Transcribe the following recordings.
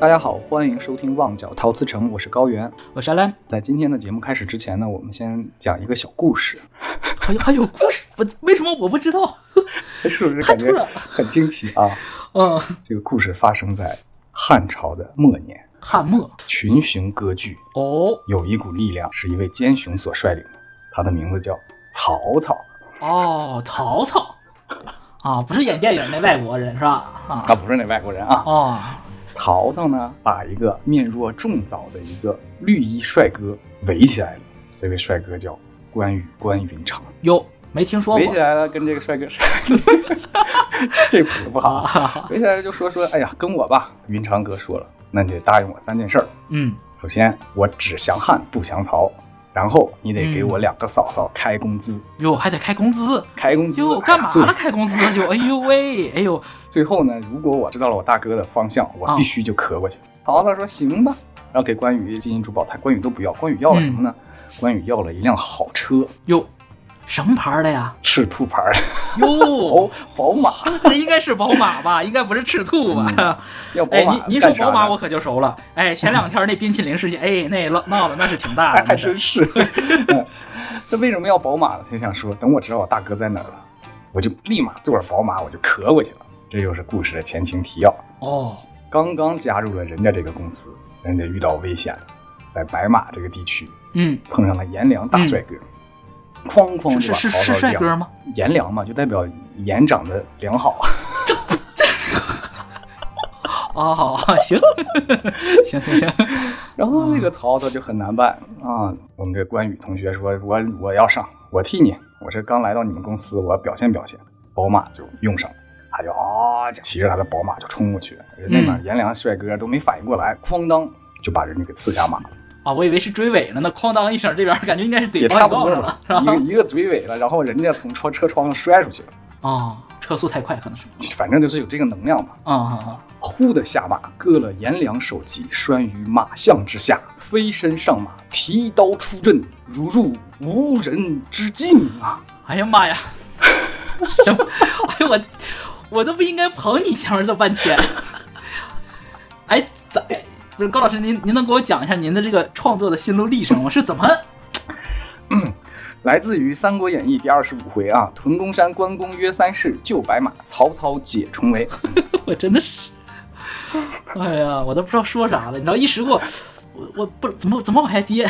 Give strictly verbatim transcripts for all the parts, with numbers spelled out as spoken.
大家好，欢迎收听旺角陶瓷城，我是高原， 我是阿兰。 在今天的节目开始之前呢，我们先讲一个小故事。 还有还有故事？我为什么我不知道？ 是不是感觉很惊奇啊？ 嗯， 这个故事发生在汉朝的末年。 汉末， 群雄割据哦， 有一股力量是一位奸雄所率领的，他的名字叫曹操。 哦，曹操啊，不是演电影那外国人是吧？啊， 他不是那外国人啊。 哦。 曹操呢，把一个面若重枣的一个绿衣帅哥围起来了。这位帅哥叫关羽，关云长。 哟，没听说过。 围起来了，跟这个帅哥，这谱不好。围起来就说说，哎呀，跟我吧。云长哥说了，那你得答应我三件事儿。 嗯， 首先我只降汉不降曹，然后你得给我两个嫂嫂开工资。 哟、嗯，还得开工资？开工资？ 哟，干嘛了？开工资就，哎呦喂，哎呦。 最后呢，如果我知道了我大哥的方向，我必须就磕过去。曹、哦、操说行吧，然后给关羽金银珠宝，关羽都不要。关羽要了什么呢？嗯、关羽要了一辆好车。 哟，什么牌的呀？ 赤兔牌的。 哟， 宝马。 那应该是宝马吧？应该不是赤兔吧？嗯、 要宝马。 哎，你你说宝马我可就熟了。哎，前两天那冰淇淋事件，哎，那闹的那是挺大的。 还真是。他为什么要宝马呢？他想说，等我知道我大哥在哪儿了，我就立马坐着宝马，我就磕过去了。这就是故事的前情提要哦。 刚刚加入了人家这个公司，人家遇到危险，在白马这个地区， 嗯， 碰上了颜良大帅哥，嗯、哐哐就把曹操是是帅哥吗？ 颜良嘛，就代表颜长得良好。 这这哦，行行行行。 然后那个曹操就很难办啊。我们这关羽同学说，我我要上，我替你，我这刚来到你们公司，我要表现表现。宝马就用上了。他就啊，骑着他的宝马就冲过去，人那边颜良帅哥都没反应过来，哐当就把人家给刺下马了。 啊，我以为是追尾了呢，哐当一声，这边感觉应该是怼也差不多了， 一个一个追尾了，然后人家从窗车窗上摔出去了。 啊，车速太快可能是， 反正就是有这个能量嘛。 啊啊啊！ 忽的下马，割了颜良首级，拴于马项之下，飞身上马，提刀出阵，如入无人之境啊！ 哎呀妈呀！什么？哎呦我。我都不应该捧你前面这半天。哎，咋？不是高老师，您您能给我讲一下您的这个创作的心路历程吗？是怎么？ 嗯，来自于《三国演义》第二十五回啊，屯宫山关公约三世，救白马，曹操解重围。 我真的是，哎呀，我都不知道说啥了。你知道一时我我我不怎么怎么往下接。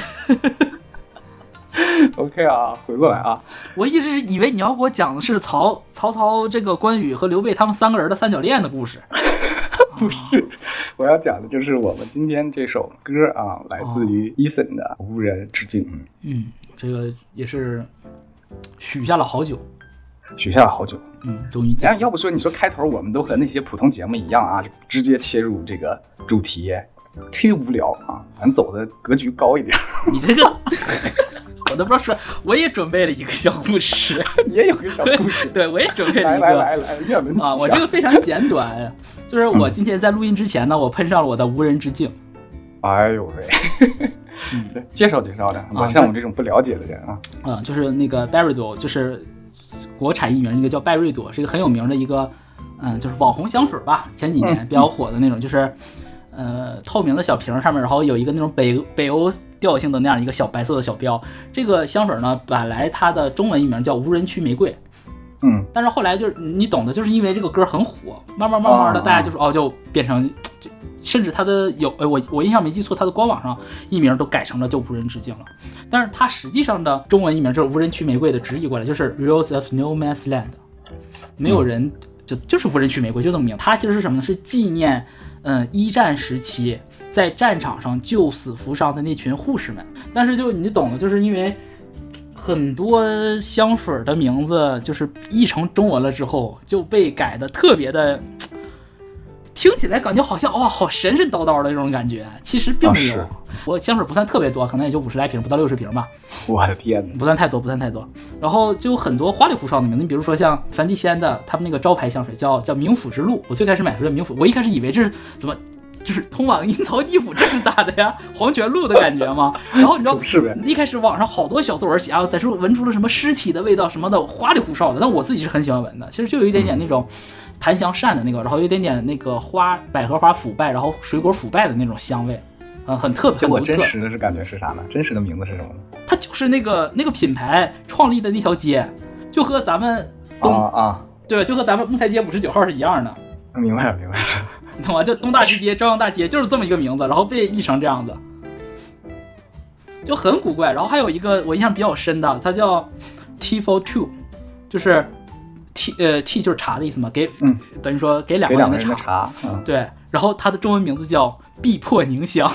OK 啊，回过来啊！ 我一直以为你要给我讲的是曹曹操这个关羽和刘备他们三个人的三角恋的故事。 不是，我要讲的就是我们今天这首歌啊，来自于 Eason 的《无人之境》。 嗯，这个也是许下了好久， 许下了好久。 嗯，终于讲。 要不说你说开头我们都和那些普通节目一样啊，直接切入这个主题，忒无聊啊！咱走的格局高一点。 你这个。我都不知道说，我也准备了一个小故事， 你也有个小故事， 对，我也准备了一个， 来来来来，愿闻其详啊！我这个非常简短，就是我今天在录音之前呢，我喷上了我的无人之境。 哎呦喂，嗯，介绍介绍的，我像我这种不了解的人啊， 啊、嗯，就是那个 Byredo， 就是国产译名，一个叫拜瑞朵，是一个很有名的一个，嗯，就是网红香水吧，前几年比较火的那种，嗯、就是。呃，透明的小瓶上面，然后有一个那种北北欧调性的那样一个小白色的小标。这个香水呢，本来它的中文译名叫无人区玫瑰， 嗯， 但是后来就是你懂的，就是因为这个歌很火，慢慢慢慢的大家就说、哦、哦，就变成，就甚至它的有，呃，我我印象没记错，它的官网上译名都改成了就无人之境了。但是它实际上的中文译名就是无人区玫瑰的直译过来就是 Rose of No Man's Land， 没有人、嗯、就就是无人区玫瑰，就这么名。它其实是什么呢？是纪念。嗯，一战时期在战场上救死扶伤的那群护士们，但是就你懂的，就是因为很多香水的名字就是译成中文了之后就被改的特别的，听起来感觉好像哇、哦，好神神叨叨的这种感觉，其实并没有。哦、我香水不算特别多，可能也就五十来瓶，不到六十瓶吧。 我的天哪， 不算太多，不算太多。然后就有很多花里胡哨的名字，你比如说像梵蒂仙的，他们那个招牌香水叫叫冥府之路。我最开始买的是冥府，我一开始以为这是怎么就是通往阴曹地府，这是咋的呀？黄泉路的感觉吗？然后你知道， 是呗？ 一开始网上好多小作文写啊，在说闻出了什么尸体的味道什么的，花里胡哨的。但我自己是很喜欢闻的，其实就有一点点那种。嗯檀香扇的那个，然后有点点那个花百合花腐败，然后水果腐败的那种香味，呃，很特别。 结果真实的是感觉是啥呢？真实的名字是什么呢？ 它就是那个那个品牌创立的那条街，就和咱们东啊啊， 对，就和咱们木材街五十九号是一样的。 明白了，明白了。 懂吗？就东大直街、朝阳大街就是这么一个名字，然后被译成这样子，就很古怪。然后还有一个我印象比较深的，它叫 Tea for Two， 就是 T 呃 T 就是茶的意思嘛，给、嗯、等于说给两个人的茶。 给两个人的茶，嗯、 对。然后它的中文名字叫碧魄凝香，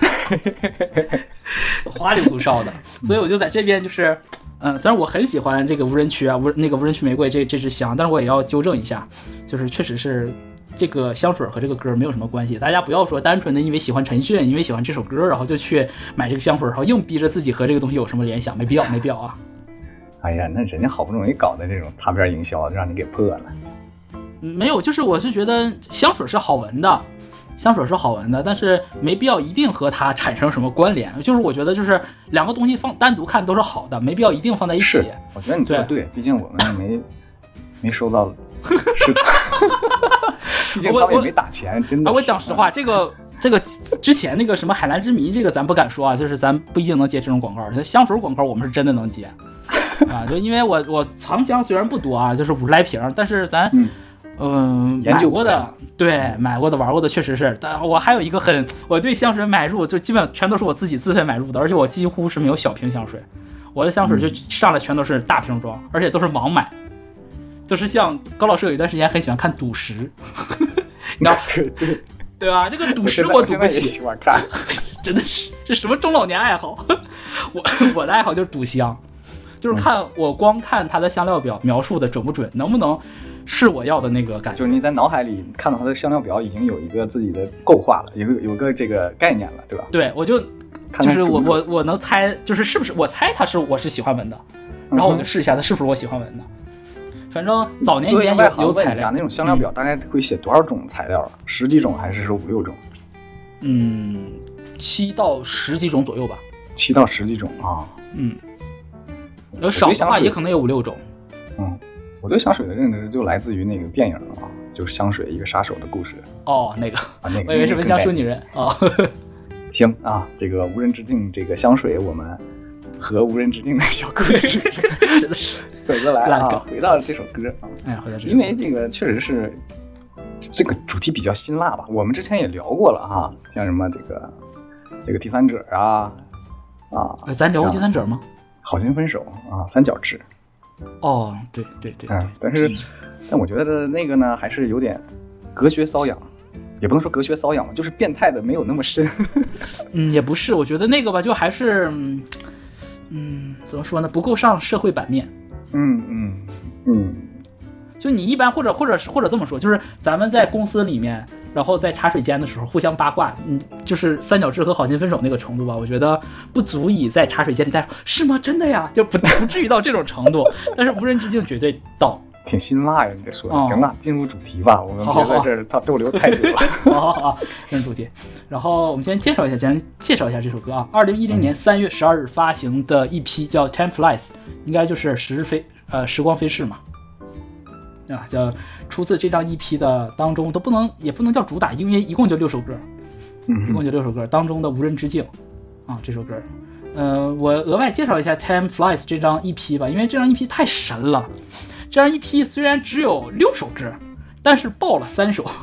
花里胡哨的。所以我就在这边就是。嗯，虽然我很喜欢这个无人区啊，无那个无人区玫瑰这这支香，但是我也要纠正一下，就是确实是这个香水和这个歌没有什么关系。大家不要说单纯的因为喜欢陈迅，因为喜欢这首歌，然后就去买这个香水，然后硬逼着自己和这个东西有什么联想，没必要，没必要啊。 哎呀，那人家好不容易搞的这种擦边营销，让你给破了。 没有，就是我是觉得香水是好闻的。香水是好闻的，但是没必要一定和它产生什么关联。就是我觉得，就是两个东西放单独看都是好的，没必要一定放在一起。 是，我觉得你做的对，毕竟我们没没收到，是，毕竟他们也没打钱，真的。 我讲实话，这个这个之前那个什么海蓝之谜，这个咱不敢说啊，就是咱不一定能接这种广告。香水广告我们是真的能接啊，就因为我我藏香虽然不多啊，就是五十来瓶，但是咱。嗯嗯，买过的，对，买过的、玩过的，确实是。但我还有一个很，我对香水买入就基本全都是我自己自费买入的，而且我几乎是没有小瓶香水，我的香水就上来全都是大瓶装，而且都是盲买。就是像高老师有一段时间很喜欢看赌石，你知道对对对吧？这个赌石我赌不起， 喜欢看， 真的是这什么中老年爱好？我我的爱好就是赌香，就是看我光看它的香料表描述的准不准，能不能。是我要的那个感觉， 就是你在脑海里看到它的香料表已经有一个自己的构化了，有个有个这个概念了，对吧？ 对，我就看看就是我我我能猜，就是是不是我猜它是我是喜欢闻的，然后我就试一下它是不是我喜欢闻的。反正早年间有有材料， 那种香料表大概会写多少种材料啊？嗯、十几种还是说五六种？ 嗯，七到十几种左右吧。 七到十几种啊？ 嗯，要少的话也可能有五六种。 嗯。我对香水的认知就来自于那个电影啊，就是香水一个杀手的故事。 哦，那个， 啊、那个， 我以为是闻香淑女人啊。哦、 行啊，这个无人之境这个香水，我们和无人之境的小故事， 真的是走过来啊。回到这首歌啊， 哎，回到这， 因为这个确实是这个主题比较辛辣吧。我们之前也聊过了哈、啊，像什么这个这个第三者啊啊， 咱聊过第三者吗？ 好心分手啊，三角志。 哦，对对对， 嗯，但是，但我觉得那个呢，还是有点隔靴搔痒，也不能说隔靴搔痒吧，就是变态的没有那么深。 嗯，也不是，我觉得那个吧，就还是，嗯，怎么说呢，不够上社会版面。 嗯嗯嗯， 就你一般或者或者或者这么说，就是咱们在公司里面，然后在茶水间的时候互相八卦，嗯，就是三角志和好心分手那个程度吧，我觉得不足以在茶水间里带说是吗？真的呀，就不不至于到这种程度。但是无人之境绝对到， 挺辛辣呀，你这说的。哦、行了，进入主题吧，我们别在这儿他逗留太久了。 好好好，进入主题。然后我们先介绍一下，先介绍一下这首歌啊，二零一零年三月十二日发行的 E P 叫 Time Flies， 应该就是时日飞呃时光飞逝嘛。啊，叫出自这张 E P 的当中都不能也不能叫主打，因为一共就六首歌， 嗯， 一共就六首歌当中的无人之境啊这首歌，呃，我额外介绍一下 Time Flies 这张 E P 吧，因为这张 E P 太神了。这张 E P 虽然只有六首歌，但是爆了三首，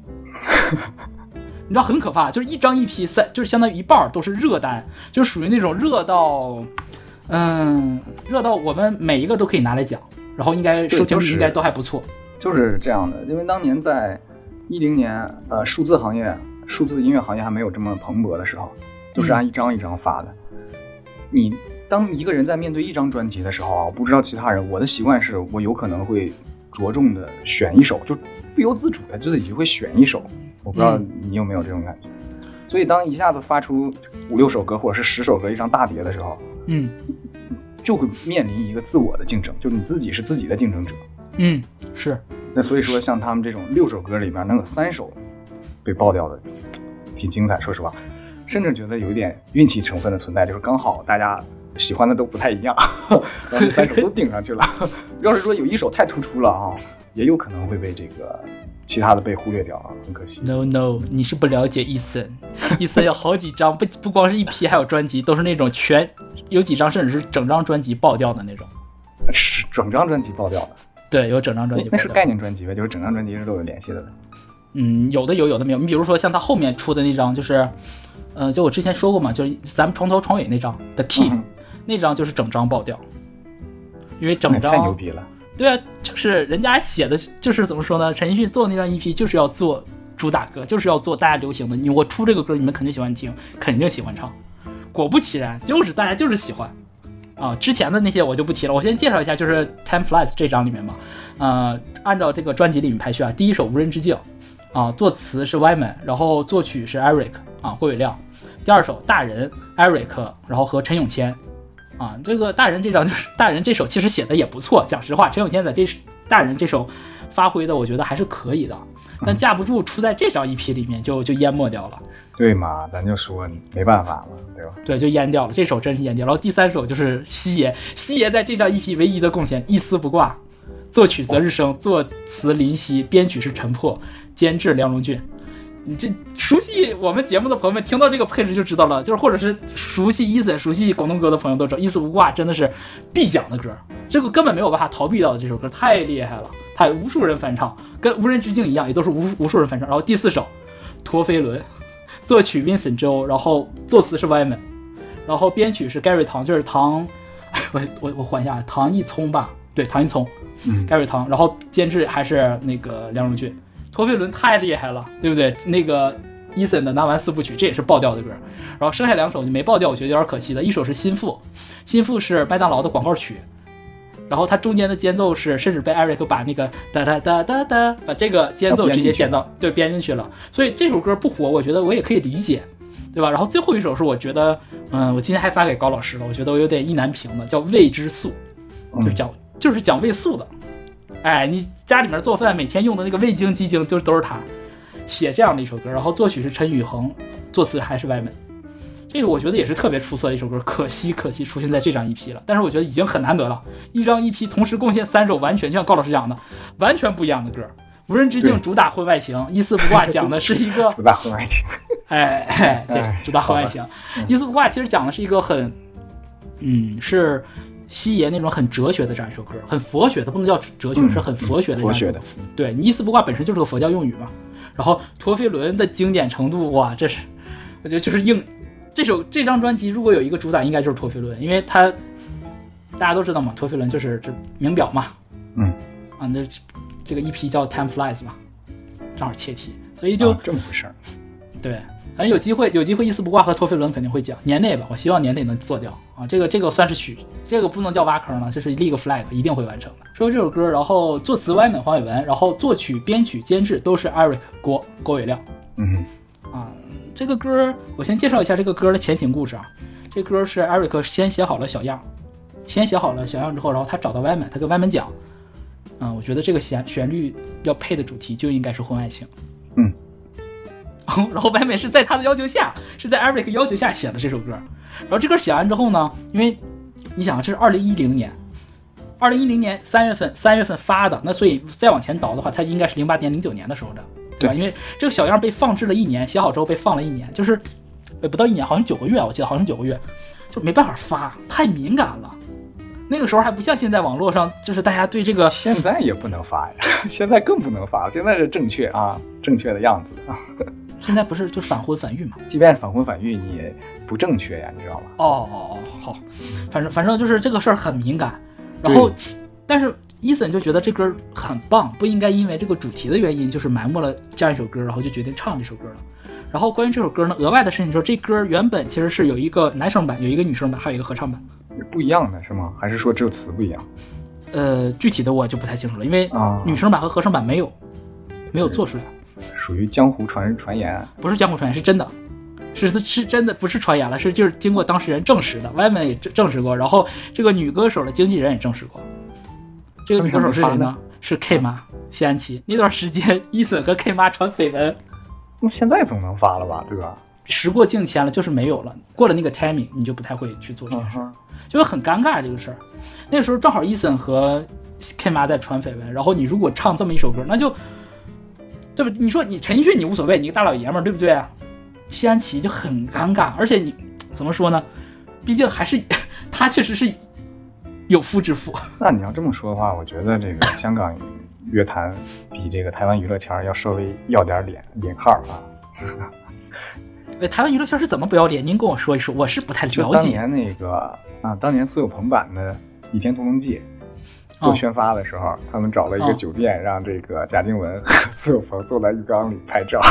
你知道很可怕，就是一张 E P 三就是相当于一半都是热单，就属于那种热到，嗯，热到我们每一个都可以拿来讲。然后应该收听率应该都还不错， 就是这样的。因为当年在一零年，呃，数字行业、数字音乐行业还没有这么蓬勃的时候，都是按一张一张发的。嗯、你当一个人在面对一张专辑的时候啊，我不知道其他人，我的习惯是我有可能会着重的选一首，就不由自主的自己会选一首。我不知道你有没有这种感觉。嗯、所以当一下子发出五六首歌或者是十首歌一张大碟的时候， 嗯。 就会面临一个自我的竞争，就你自己是自己的竞争者。 嗯，是。 那所以说，像他们这种六首歌里面能有三首被爆掉的，挺精彩。说实话，甚至觉得有一点运气成分的存在，就是刚好大家喜欢的都不太一样，然后三首都顶上去了。要是说有一首太突出了啊， 也有可能会被这个其他的被忽略掉啊，很可惜。 No No， 你是不了解伊森，伊森有好几张，不不光是一批，还有专辑，都是那种全有几张甚至是整张专辑爆掉的那种， 是整张专辑爆掉的。 对，有整张专辑爆掉。 那是概念专辑呗，就是整张专辑是都有联系的。 嗯，有的有，有的没有。你比如说像他后面出的那张，就是呃，就我之前说过嘛，就是咱们床头床尾那张 The Key、嗯、那张就是整张爆掉，因为整张太牛逼了。 对啊，就是人家写的就是怎么说呢？陈奕迅做那张 E P 就是要做主打歌，就是要做大家流行的。你我出这个歌，你们肯定喜欢听，肯定喜欢唱。果不其然，就是大家就是喜欢啊。之前的那些我就不提了，我先介绍一下，就是 Time Flies 这张里面嘛，呃，按照这个专辑里面排序啊，第一首无人之境啊，作词是 Wyman， 然后作曲是 Eric 啊郭伟亮。第二首大人 Eric， 然后和陈永谦。啊，这个大人这张就是大人这首其实写的也不错，讲实话，陈永谦在这大人这首发挥的我觉得还是可以的，但架不住出在这张 E P 里面就就淹没掉了。 对嘛，咱就说没办法嘛，对吧？ 对，就淹掉了，这首真是淹掉了。然后第三首就是西爷，西爷在这张 E P 唯一的贡献一丝不挂，作曲泽日生，作词林夕，编曲是陈破，监制梁荣俊。你这熟悉我们节目的朋友们听到这个配置就知道了，就是或者是熟悉伊森、熟悉广东歌的朋友都知道，一丝不挂真的是必讲的歌，这个根本没有办法逃避掉的。这首歌太厉害了，它有无数人翻唱，跟无人之境一样，也都是无无数人翻唱。然后第四首陀飞轮，作曲 Vincent Zhou， 然后作词是 Wyman， 然后编曲是 Gary 唐，就是唐，我我我换一下，唐一聪吧，对，唐一聪，嗯 ，Gary 唐，然后监制还是那个梁荣俊。陀飞轮太厉害了，对不对？那个伊森的拿完四部曲，这也是爆掉的歌。然后剩下两首就没爆掉，我觉得有点可惜的。一首是心腹，心腹是麦当劳的广告曲，然后它中间的间奏是，甚至被 Eric 把那个哒哒哒哒哒，把这个间奏直接剪到，对，编进去了。所以这首歌不火，我觉得我也可以理解，对吧？然后最后一首是我觉得，嗯，我今天还发给高老师了，我觉得我有点意难平的，叫味之素，就是讲、嗯、就是讲味素的。哎，你家里面做饭每天用的那个味精、鸡精，就都是他写这样的一首歌。然后作曲是陈宇恒，作词还是Wyman。这个我觉得也是特别出色的一首歌，可惜可惜出现在这张 E P 了。但是我觉得已经很难得了，一张 E P 同时贡献三首完全就像高老师讲的，完全不一样的歌。无人之境主打婚外情，一丝不挂讲的是一个主打婚外情。 哎哎，对，主打婚外情。一丝不挂其实讲的是一个很，嗯，是。西爷那种很哲学的这样一首歌，很佛学的，不能叫哲学，嗯、是很佛学的。 佛学的， 对，你一丝不挂本身就是个佛教用语嘛。然后陀飞轮的经典程度，哇，这是我觉得就是硬。这首这张专辑如果有一个主打，应该就是陀飞轮，因为它大家都知道嘛，陀飞轮就是这名表嘛。 嗯。 啊，那这个 E P 叫 Time Flies 嘛，正好切题，所以就、 啊、这么回事儿。 对。反正有机会，有机会一丝不挂和陀飞轮肯定会讲，年内吧，我希望年内能做掉啊。这个这个算是许，这个不能叫挖坑了，这是立个 flag， 一定会完成的。说这首歌，然后作词Wyman黄伟文，然后作曲、编曲、监制都是 Eric 郭郭伟亮。 嗯啊，这个歌我先介绍一下这个歌的前情故事啊。这歌是 Eric 先写好了小样，先写好了小样之后，然后他找到 Wyman， 他跟 Wyman 讲，嗯，我觉得这个旋旋律要配的主题就应该是婚外情。 嗯。 然后白美是在他的要求下，是在 Eric 要求下写的这首歌。然后这歌写完之后呢，因为你想这是二零一零年，二零一零年三月份三月份发的，那所以再往前倒的话，它应该是零八年零九年的时候的，对吧？因为这个小样被放置了一年，写好之后被放了一年，就是呃不到一年，好像九个月，我记得好像九个月，就没办法发，太敏感了。那个时候还不像现在网络上，就是大家对这个现在也不能发呀，现在更不能发，现在是正确啊，正确的样子啊。 现在不是就反婚反育吗？ 即便是反婚反育，你也不正确呀，你知道吧？ 哦哦哦，好，反正反正就是这个事儿很敏感。然后，但是伊森就觉得这歌很棒，不应该因为这个主题的原因，就是埋没了这样一首歌，然后就决定唱这首歌了。然后关于这首歌呢，额外的事情就是这歌原本其实是有一个男生版，有一个女生版，还有一个合唱版， 不一样的是吗？还是说只有词不一样？ 呃，具体的我就不太清楚了，因为女生版和合唱版没有、啊、没有做出来。 属于江湖传传言， 不是江湖传言，是真的，是是真的，不是传言了，是就是经过当事人证实的 ，Wyman 也证实过，然后这个女歌手的经纪人也证实过。这个女歌手是谁呢？是 K 妈谢安琪。那段时间，伊森和 K 妈传绯闻， 那现在总能发了吧？对吧？ 时过境迁了，就是没有了，过了那个 timing， 你就不太会去做这件事，就会很尴尬这个事儿。那个时候正好伊森和 K 妈在传绯闻，然后你如果唱这么一首歌，那就对吧？你说你陈奕迅你无所谓，你个大老爷们儿，对不对？谢安琪就很尴尬，而且你怎么说呢？毕竟还是他确实是有夫之妇。 那你要这么说的话，我觉得这个香港乐坛比这个台湾娱乐圈要稍微要点脸脸号啊。 呃，台湾娱乐圈是怎么不要脸？您跟我说一说，我是不太了解。 当年那个啊，当年苏有朋版的《倚天屠龙记》做宣发的时候，哦、他们找了一个酒店，哦、让这个贾静雯和苏有朋坐在浴缸里拍照。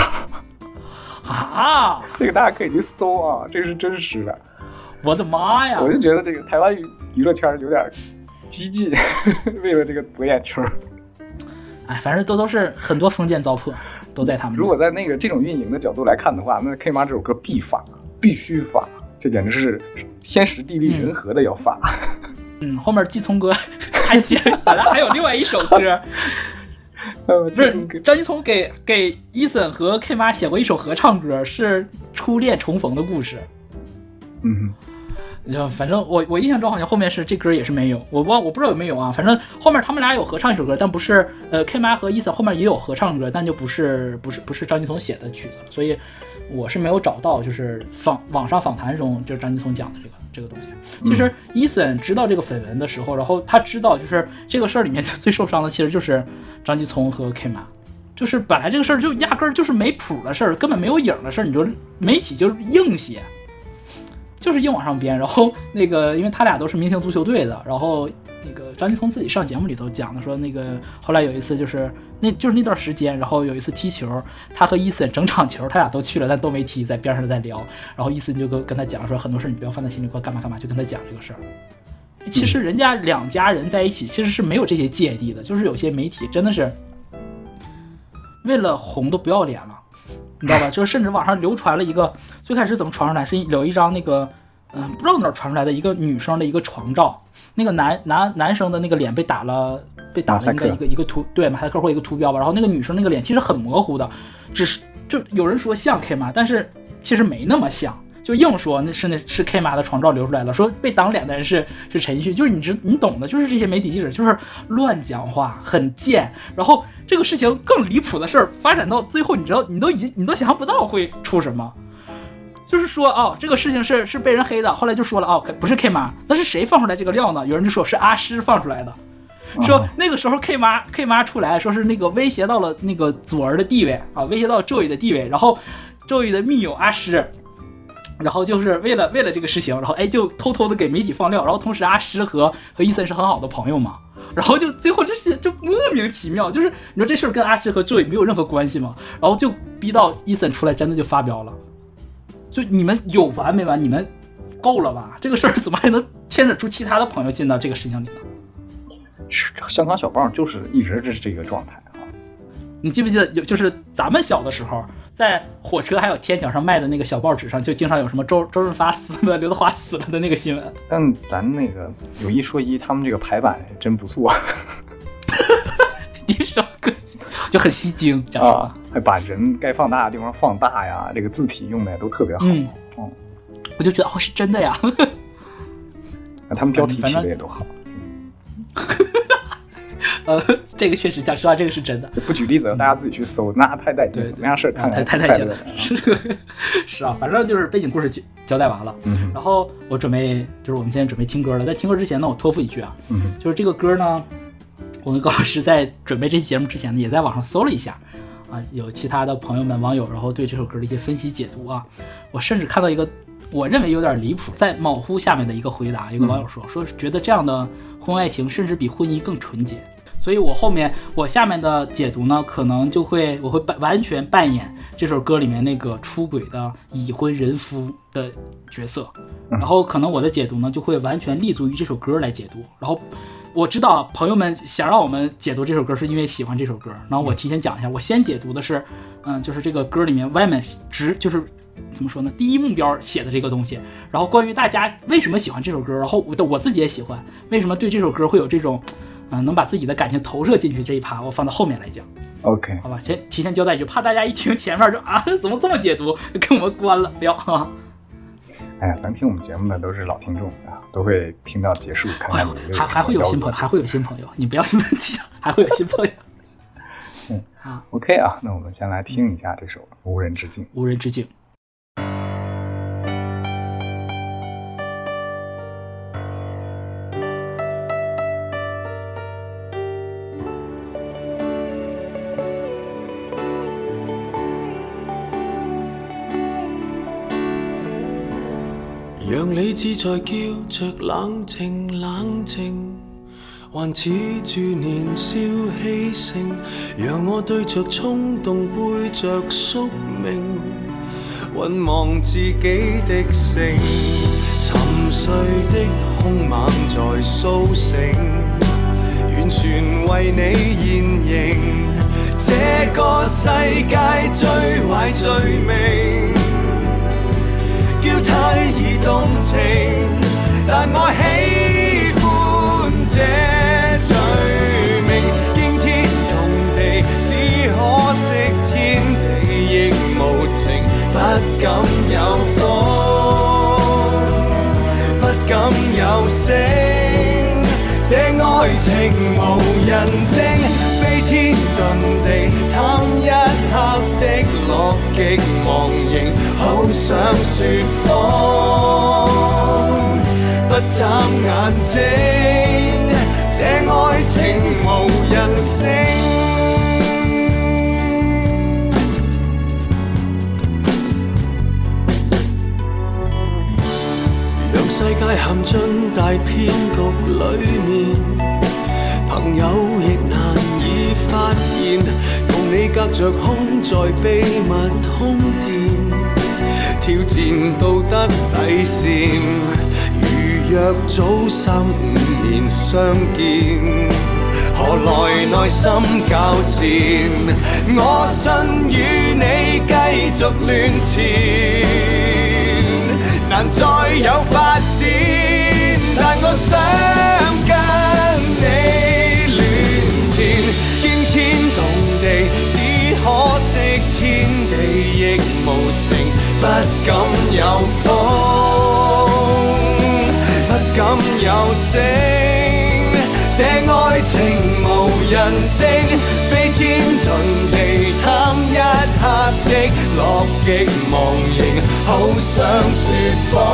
啊， 这个大家可以去搜啊，这是真实的。 我的妈呀！ 我就觉得这个台湾娱乐圈有点激进，为了这个博眼球。 哎，反正都都是很多封建糟粕都在他们。 如果在那个这种运营的角度来看的话，那 K 妈这首歌必发，必须发，这简直是天时地利人和的要发。 嗯，后面季聪哥还写，本来还有另外一首歌。不是张继聪给给伊森和 K 妈写过一首合唱歌，是初恋重逢的故事。 嗯， 就反正我我印象中好像后面是这歌也是没有，我我我不知道有没有啊。反正后面他们俩有合唱一首歌，但不是呃 K 妈和伊森后面也有合唱歌，但就不是不是不是张继聪写的曲子了，所以我是没有找到就是访网上访谈中就是张继聪讲的这个这个东西。其实伊森知道这个绯闻的时候，然后他知道就是这个事儿里面最受伤的其实就是张继聪和 K 妈。就是本来这个事儿就压根儿就是没谱的事儿，根本没有影的事儿，你就媒体就是硬写，就是硬往上编。然后那个因为他俩都是明星足球队的，然后那个张继聪自己上节目里头讲的说，那个后来有一次就是那就是那段时间，然后有一次踢球，他和伊森整场球他俩都去了，但都没踢，在边上在聊，然后伊森就跟跟他讲说很多事你不要放在心里，干嘛干嘛，就跟他讲这个事儿。其实人家两家人在一起其实是没有这些芥蒂的，就是有些媒体真的是为了红都不要脸了，你知道吧？就是甚至网上流传了一个，最开始怎么传出来是有一张那个，嗯、呃，不知道哪儿传出来的一个女生的一个床照，那个男男男生的那个脸被打了，被打了一个一个一个图，对，马赛克或一个图标吧。然后那个女生那个脸其实很模糊的，只是就有人说像 K 妈，但是其实没那么像。就硬说那是那是 K 妈的床照流出来了，说被挡脸的人是是陈奕迅，就是你知你懂的，就是这些媒体记者就是乱讲话，很贱。然后这个事情更离谱的事儿发展到最后，你知道你都已经你都想象不到会出什么，就是说哦这个事情是是被人黑的，后来就说了哦不是 K 妈，那是谁放出来这个料呢？有人就说是阿诗放出来的。说那个时候 K 妈 K 妈出来说是那个威胁到了那个左儿的地位啊，威胁到周宇的地位，然后周宇的密友阿诗。然后就是为了为了这个事情，然后哎就偷偷的给媒体放料，然后同时阿诗和和伊森是很好的朋友嘛，然后就最后这些就莫名其妙，就是你说这事儿跟阿诗和周宇没有任何关系嘛，然后就逼到伊森出来真的就发飙了，就你们有完没完？你们够了吧？这个事儿怎么还能牵扯出其他的朋友进到这个事情里呢？ 香港小报就是一直是这个状态啊。 你记不记得有就是咱们小的时候在火车还有天桥上卖的那个小报纸上就经常有什么周周润发死了刘德华死了的那个新闻。 但咱那个有一说一，他们这个排版真不错。 你说个就很吸睛，讲实话、啊、 还把人该放大的地方放大呀，这个字体用的都特别好。嗯，嗯我就觉得哦是真的呀。 他们标题起的也都好。 呃，这个确实，讲实话，这个是真的。 不举例子，大家自己去搜，那太带劲了，没啥事看太太带劲了。是是啊，反正就是背景故事交代完了。嗯，然后我准备就是我们现在准备听歌了，在听歌之前呢，我托付一句啊，嗯，就是这个歌呢，我跟高老师在准备这期节目之前呢，也在网上搜了一下啊，有其他的朋友们网友，然后对这首歌的一些分析解读啊，我甚至看到一个我认为有点离谱，在某乎下面的一个回答，有个网友说、嗯、说觉得这样的婚外情甚至比婚姻更纯洁。所以我后面我下面的解读呢，可能就会我会完全扮演这首歌里面那个出轨的已婚人夫的角色，然后可能我的解读呢就会完全立足于这首歌来解读。然后我知道朋友们想让我们解读这首歌是因为喜欢这首歌，然后我提前讲一下，我先解读的是，嗯，就是这个歌里面 Wyman 直就是怎么说呢，第一目标写的这个东西。然后关于大家为什么喜欢这首歌，然后我我自己也喜欢，为什么对这首歌会有这种。嗯，能把自己的感情投射进去这一趴，我放到后面来讲。 OK， 好吧，先提前交代一句，怕大家一听前面就啊，怎么这么解读，跟我们关了，不要啊。 哎，能听我们节目的都是老听众啊，都会听到结束，看看你还还会有新朋友，还会有新朋友，你不要这么急，还会有新朋友。 嗯啊 ，OK 啊，那我们先来听一下这首《无人之境》。 无人之境。 讓理智在叫着冷靜冷靜，還恃住年少氣盛，讓我對着衝動背着宿命，渾忘自己的性，沉睡的兇猛在甦醒，完全為你現形，這個世界最壞罪名，叫太易動情，但我喜歡這罪名，驚天動地，只可惜天地亦無情，不敢有風，不敢有聲，這愛情無人證，飛天遁地，貪一刻的樂極忘形，好想說謊，不眨眼睛，這愛情無人性。讓世界陷進大騙局裡面，朋友亦難以發現，共你隔着空在秘密通電，挑戰道德底線，如若早三五年相見，何來內心交戰？我信與你繼續亂纏，難再有發展，但我想跟你亂纏，驚天動地，只可惜天地亦無情，不敢有風，不敢有聲，這愛情無人證，飛天遁地，貪一刻的樂極忘形，好想說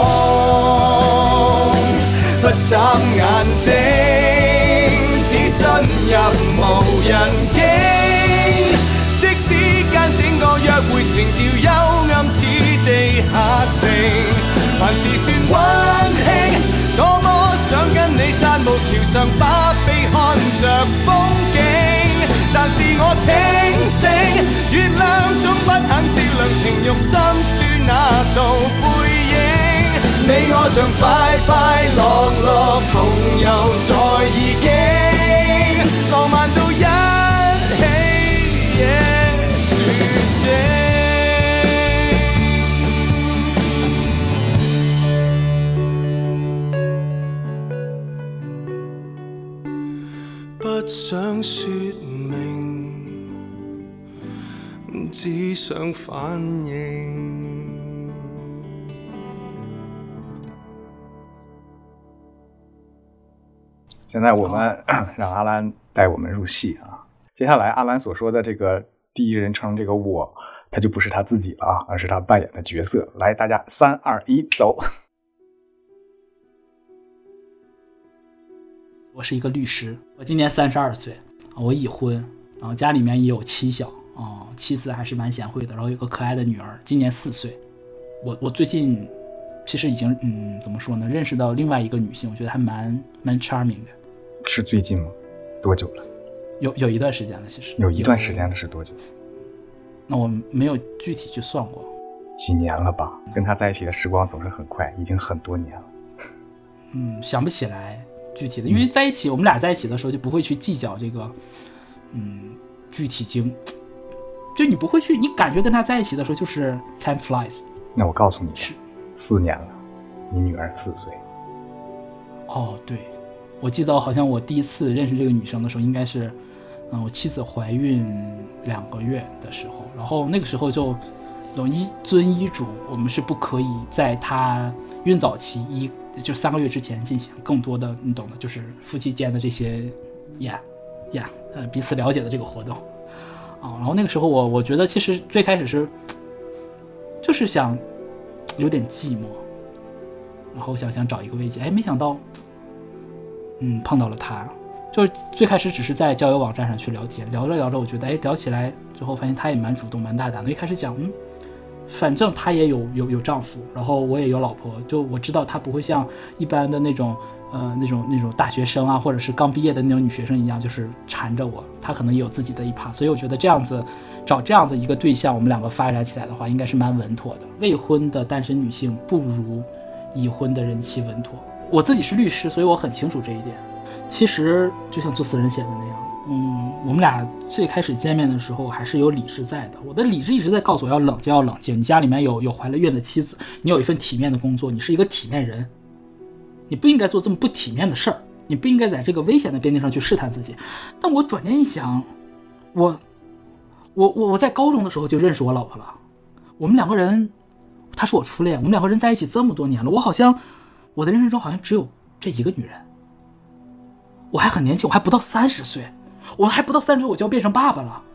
謊，不眨眼睛，似進入無人境，即使間整個約會情調幽暗似地下城，凡事算溫馨，多麼想跟你散步橋上把臂看着風景，但是我清醒，月亮總不肯照亮情慾深處那道背影，你我像快快樂樂同遊在異境，浪漫到一起也絕境。不想說明，只想反應。 现在我们让阿兰带我们入戏啊。接下来阿兰所说的这个第一人称这个我，他就不是他自己了啊，而是他扮演的角色。来，大家三二一，走。 我是一个律师，我今年三十二岁，我已婚，然后家里面也有妻小啊、呃，妻子还是蛮贤惠的，然后有个可爱的女儿，今年四岁。我我最近其实已经嗯怎么说呢，认识到另外一个女性，我觉得还蛮蛮 charming 的。 是最近吗？多久了？ 有有一段时间了，其实有一段时间了，是多久？ 那我没有具体去算过， 几年了吧？跟他在一起的时光总是很快，已经很多年了。 嗯，想不起来。具体的，因为在一起，我们俩在一起的时候就不会去计较这个，嗯，具体经，就你不会去，你感觉跟他在一起的时候就是 time flies。 那我告诉你， 是四年了，你女儿四岁。 哦，对，我记得好像我第一次认识这个女生的时候，应该是，嗯，我妻子怀孕两个月的时候，然后那个时候就种依遵医嘱，我们是不可以在他孕早期一就三个月之前进行更多的，你懂的，就是夫妻间的这些呀呀呃彼此了解的这个活动啊。然后那个时候我我觉得其实最开始是就是想有点寂寞，然后想想找一个慰藉，哎，没想到嗯碰到了他。就是最开始只是在交友网站上去聊天，聊着聊着我觉得哎聊起来之后发现他也蛮主动蛮大胆的。一开始讲嗯反正他也有有有丈夫，然后我也有老婆，就我知道他不会像一般的那种呃那种那种大学生啊或者是刚毕业的那种女学生一样就是缠着我，他可能也有自己的一趴，所以我觉得这样子找这样子一个对象，我们两个发展起来的话应该是蛮稳妥的。未婚的单身女性不如已婚的人妻稳妥。我自己是律师，所以我很清楚这一点。其实就像作词人写的那样，嗯，我们俩最开始见面的时候还是有理智在的。我的理智一直在告诉我要冷静，要冷静。你家里面有有怀了孕的妻子，你有一份体面的工作，你是一个体面人，你不应该做这么不体面的事儿，你不应该在这个危险的边境上去试探自己。但我转念一想，我我我我在高中的时候就认识我老婆了，我们两个人，她是我初恋，我们两个人在一起这么多年了，我好像我的人生中好像只有这一个女人。我还很年轻，我还不到三十岁，我还不到三十岁，我就要变成爸爸了。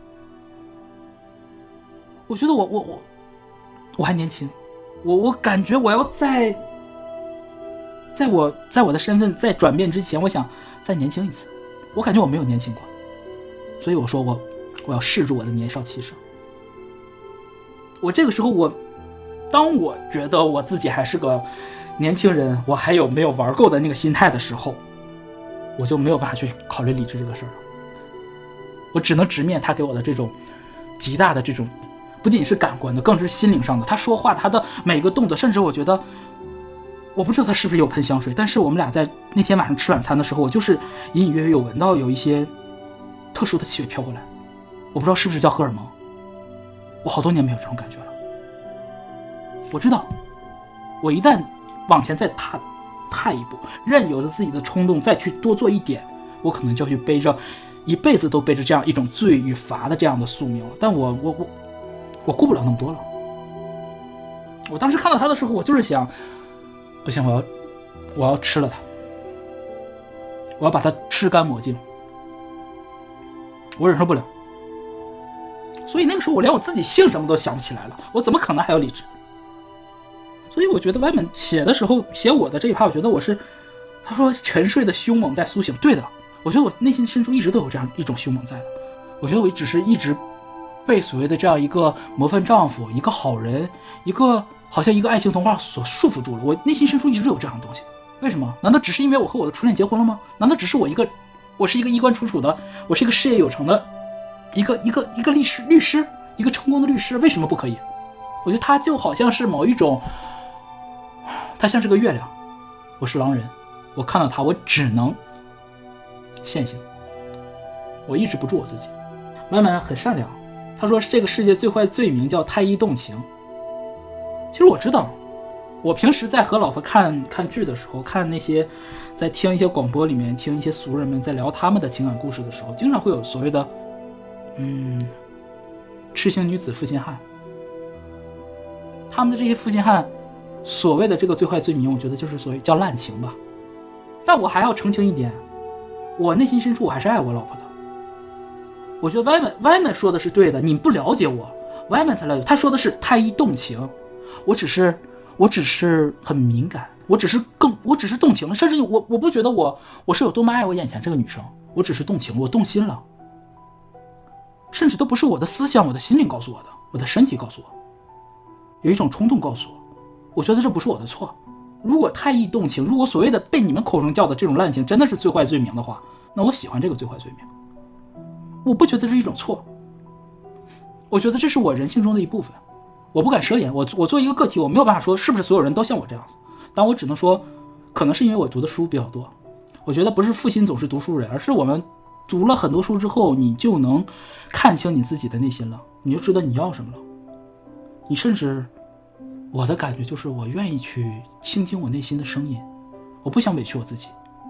我觉得我我我我还年轻，我我感觉我要在，在我在我的身份在转变之前，我想再年轻一次。我感觉我没有年轻过，所以我说我我要试住我的年少气盛。我这个时候我，当我觉得我自己还是个年轻人，我还有没有玩够的那个心态的时候，我就没有办法去考虑理智这个事儿了，我只能直面他给我的这种极大的这种，不仅是感官的，更是心灵上的。他说话，他的每个动作，甚至我觉得，我不知道他是不是有喷香水，但是我们俩在那天晚上吃晚餐的时候，我就是隐隐约约有闻到有一些特殊的气味飘过来，我不知道是不是叫荷尔蒙，我好多年没有这种感觉了。我知道，我一旦往前再踏。踏一步，任由着自己的冲动再去多做一点，我可能就要去背着一辈子都背着这样一种罪与罚的这样的宿命了。但我我我我顾不了那么多了。我当时看到他的时候，我就是想，不行，我要我要吃了他，我要把他吃干抹净，我忍受不了。所以那个时候我连我自己姓什么都想不起来了，我怎么可能还有理智？所以我觉得外面写的时候写我的这一趴，我觉得我是，他说沉睡的凶猛在苏醒，对的，我觉得我内心深处一直都有这样一种凶猛在的。我觉得我只是一直被所谓的这样一个模范丈夫，一个好人，一个好像一个爱情童话所束缚住了。我内心深处一直有这样的东西，为什么？难道只是因为我和我的初恋结婚了吗？难道只是我一个，我是一个衣冠楚楚的，我是一个事业有成的，一个一个一个律师律师，一个成功的律师，为什么不可以？我觉得他就好像是某一种。他像是个月亮，我是狼人，我看到他，我只能现形，我抑制不住我自己。慢慢很善良，他说这个世界最坏罪名叫太易动情。其实我知道，我平时在和老婆看看剧的时候，看那些在听一些广播里面听一些俗人们在聊他们的情感故事的时候，经常会有所谓的嗯痴情女子负心汉，他们的这些负心汉所谓的这个最坏罪名，我觉得就是所谓叫滥情吧。但我还要澄清一点，我内心深处我还是爱我老婆的。我觉得歪门歪门说的是对的，你不了解我，歪门才了解。他说的是太易动情，我只是我只是很敏感，我只是更我只是动情了，甚至我我不觉得我我是有多么爱我眼前这个女生，我只是动情，我动心了，甚至都不是我的思想，我的心灵告诉我的，我的身体告诉我，有一种冲动告诉我。我觉得这不是我的错。如果太易动情，如果所谓的被你们口中叫的这种滥情真的是最坏罪名的话，那我喜欢这个最坏罪名。我不觉得这是一种错，我觉得这是我人性中的一部分。我不敢奢言，我我作为一个个体，我没有办法说是不是所有人都像我这样，但我只能说，可能是因为我读的书比较多。我觉得不是负心总是读书人，而是我们读了很多书之后，你就能看清你自己的内心了，你就知道你要什么了。你甚至。我的感觉就是我愿意去倾听我内心的声音，我不想委屈我自己。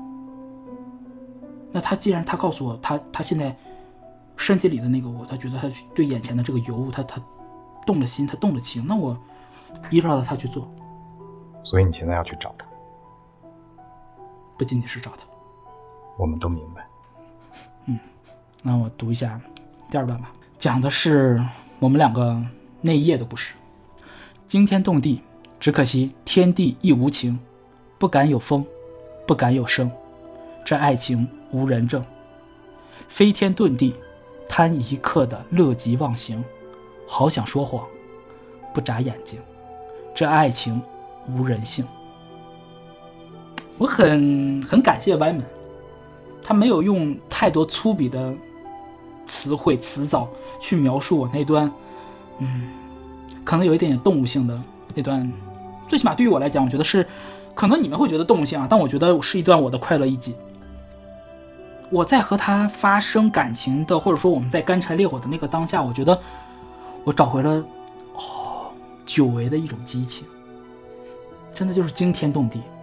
那他既然他告诉我他他现在身体里的那个我，他觉得他对眼前的这个尤物他他动了心，他动了情，那我依照着他去做。 所以你现在要去找他？ 不仅仅是找他， 我们都明白。 嗯，那我读一下第二段吧，讲的是我们两个那一夜的故事。惊天动地，只可惜天地亦无情，不敢有风，不敢有声，这爱情无人证。飞天遁地，贪一刻的乐极忘形，好想说谎，不眨眼睛，这爱情无人性。我很很感谢歪门，他没有用太多粗鄙的词汇词藻去描述我那段嗯，可能有一点点动物性的那段，最起码对于我来讲，我觉得是，可能你们会觉得动物性啊，但我觉得是一段我的快乐一击。我在和他发生感情的，或者说我们在干柴烈火的那个当下，我觉得我找回了哦久违的一种激情，真的就是惊天动地，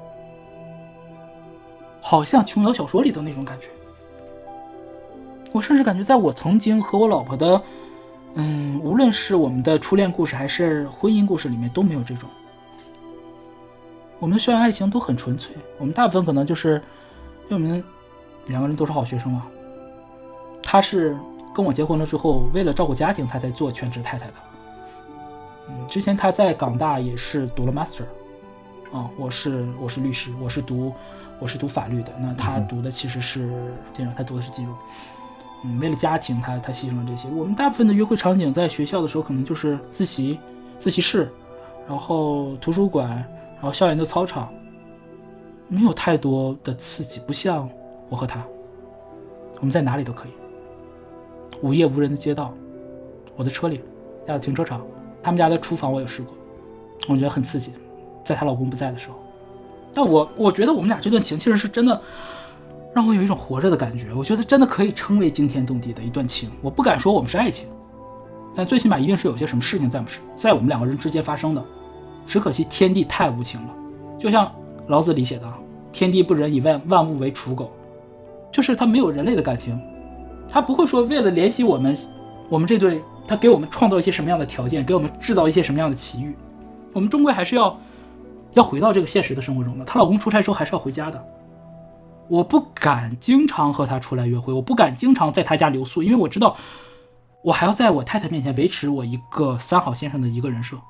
好像琼瑶小说里的那种感觉。我甚至感觉在我曾经和我老婆的嗯，无论是我们的初恋故事还是婚姻故事里面都没有这种。我们的校园爱情都很纯粹，我们大部分可能就是因为我们两个人都是好学生嘛，他是跟我结婚了之后为了照顾家庭他才做全职太太的。嗯，之前他在港大也是读了 master 啊，我是我是律师，我是读我是读法律的，那他读的其实是金融，他读的是金融。嗯，为了家庭他他牺牲了这些。我们大部分的约会场景在学校的时候可能就是自习自习室，然后图书馆，然后校园的操场，没有太多的刺激，不像我和他，我们在哪里都可以。午夜无人的街道，我的车里，家的停车场，他们家的厨房我有试过，我觉得很刺激，在她老公不在的时候。但我我觉得我们俩这段情其实是真的让我有一种活着的感觉，我觉得真的可以称为惊天动地的一段情。我不敢说我们是爱情，但最起码一定是有些什么事情在我们在我们两个人之间发生的。只可惜天地太无情了，就像老子里写的，天地不仁，以万万物为刍狗，就是他没有人类的感情，他不会说为了怜惜我们我们这对，他给我们创造一些什么样的条件，给我们制造一些什么样的奇遇，我们终归还是要要回到这个现实的生活中的。她老公出差之后还是要回家的，我不敢经常和他出来约会，我不敢经常在他家留宿，因为我知道我还要在我太太面前维持我一个三好先生的一个人设。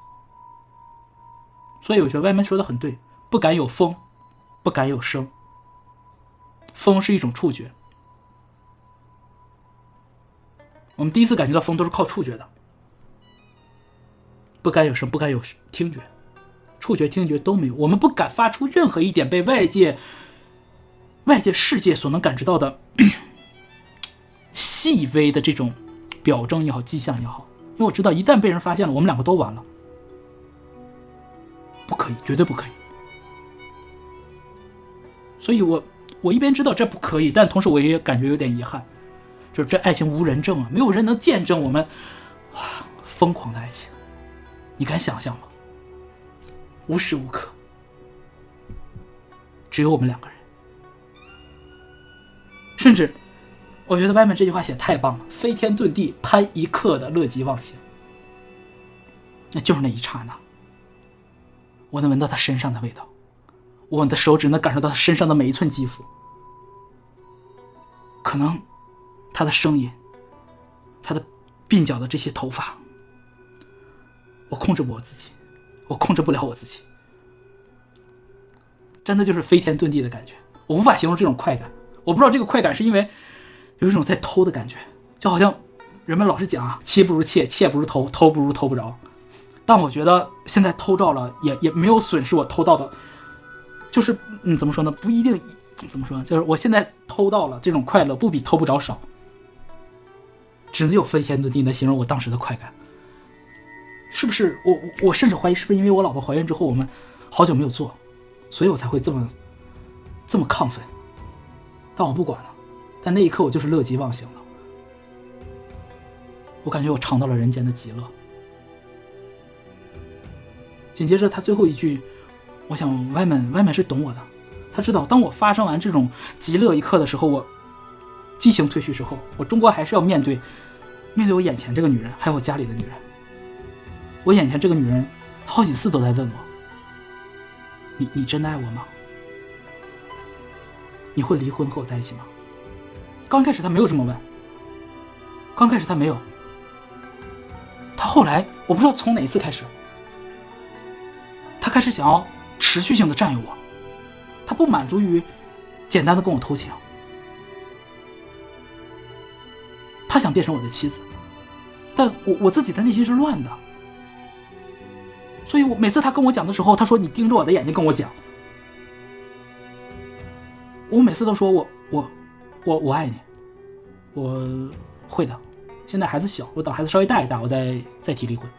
所以我觉得外面说的很对，不敢有风，不敢有声。风是一种触觉，我们第一次感觉到风都是靠触觉的，不敢有声，不敢有听觉，触觉听觉都没有，我们不敢发出任何一点被外界外界世界所能感知到的细微的这种表征也好，迹象也好，因为我知道一旦被人发现了，我们两个都完了，不可以，绝对不可以。所以我我一边知道这不可以，但同时我也感觉有点遗憾，就是这爱情无人证啊，没有人能见证我们哇疯狂的爱情，你敢想象吗？无时无刻只有我们两个人。甚至我觉得外面这句话写太棒了，飞天遁地，贪一刻的乐极忘形。那就是那一刹那，我能闻到他身上的味道，我的手指能感受到他身上的每一寸肌肤，可能他的声音，他的鬓角的这些头发，我控制不我自己，我控制不了我自己，真的就是飞天遁地的感觉，我无法形容这种快感。我不知道这个快感是因为有一种在偷的感觉，就好像人们老是讲啊，妻不如妾，妾不如偷，偷不如偷不着。但我觉得现在偷到了也也没有损失我偷到的，就是嗯怎么说呢，不一定怎么说呢，就是我现在偷到了这种快乐不比偷不着少，只能有飞天遁地能形容我当时的快感。是不是我我甚至怀疑是不是因为我老婆怀孕之后我们好久没有做，所以我才会这么这么亢奋。但我不管了，但那一刻我就是乐极忘形的，我感觉我尝到了人间的极乐。紧接着他最后一句，我想歪门歪门是懂我的，他知道当我发生完这种极乐一刻的时候，我激情褪去之后，我终归还是要面对面对我眼前这个女人，还有我家里的女人。 我眼前这个女人好几次都在问我，你你真的爱我吗？你会离婚和我在一起吗？刚开始她没有这么问，刚开始她没有，她后来我不知道从哪一次开始，她开始想要持续性的占有我，她不满足于简单的跟我偷情，她想变成我的妻子，但我我自己的内心是乱的，所以我每次她跟我讲的时候，她说你盯着我的眼睛跟我讲，我每次都说我我我我爱你，我会的，现在孩子小，我等孩子稍微大一大，我再再提离婚。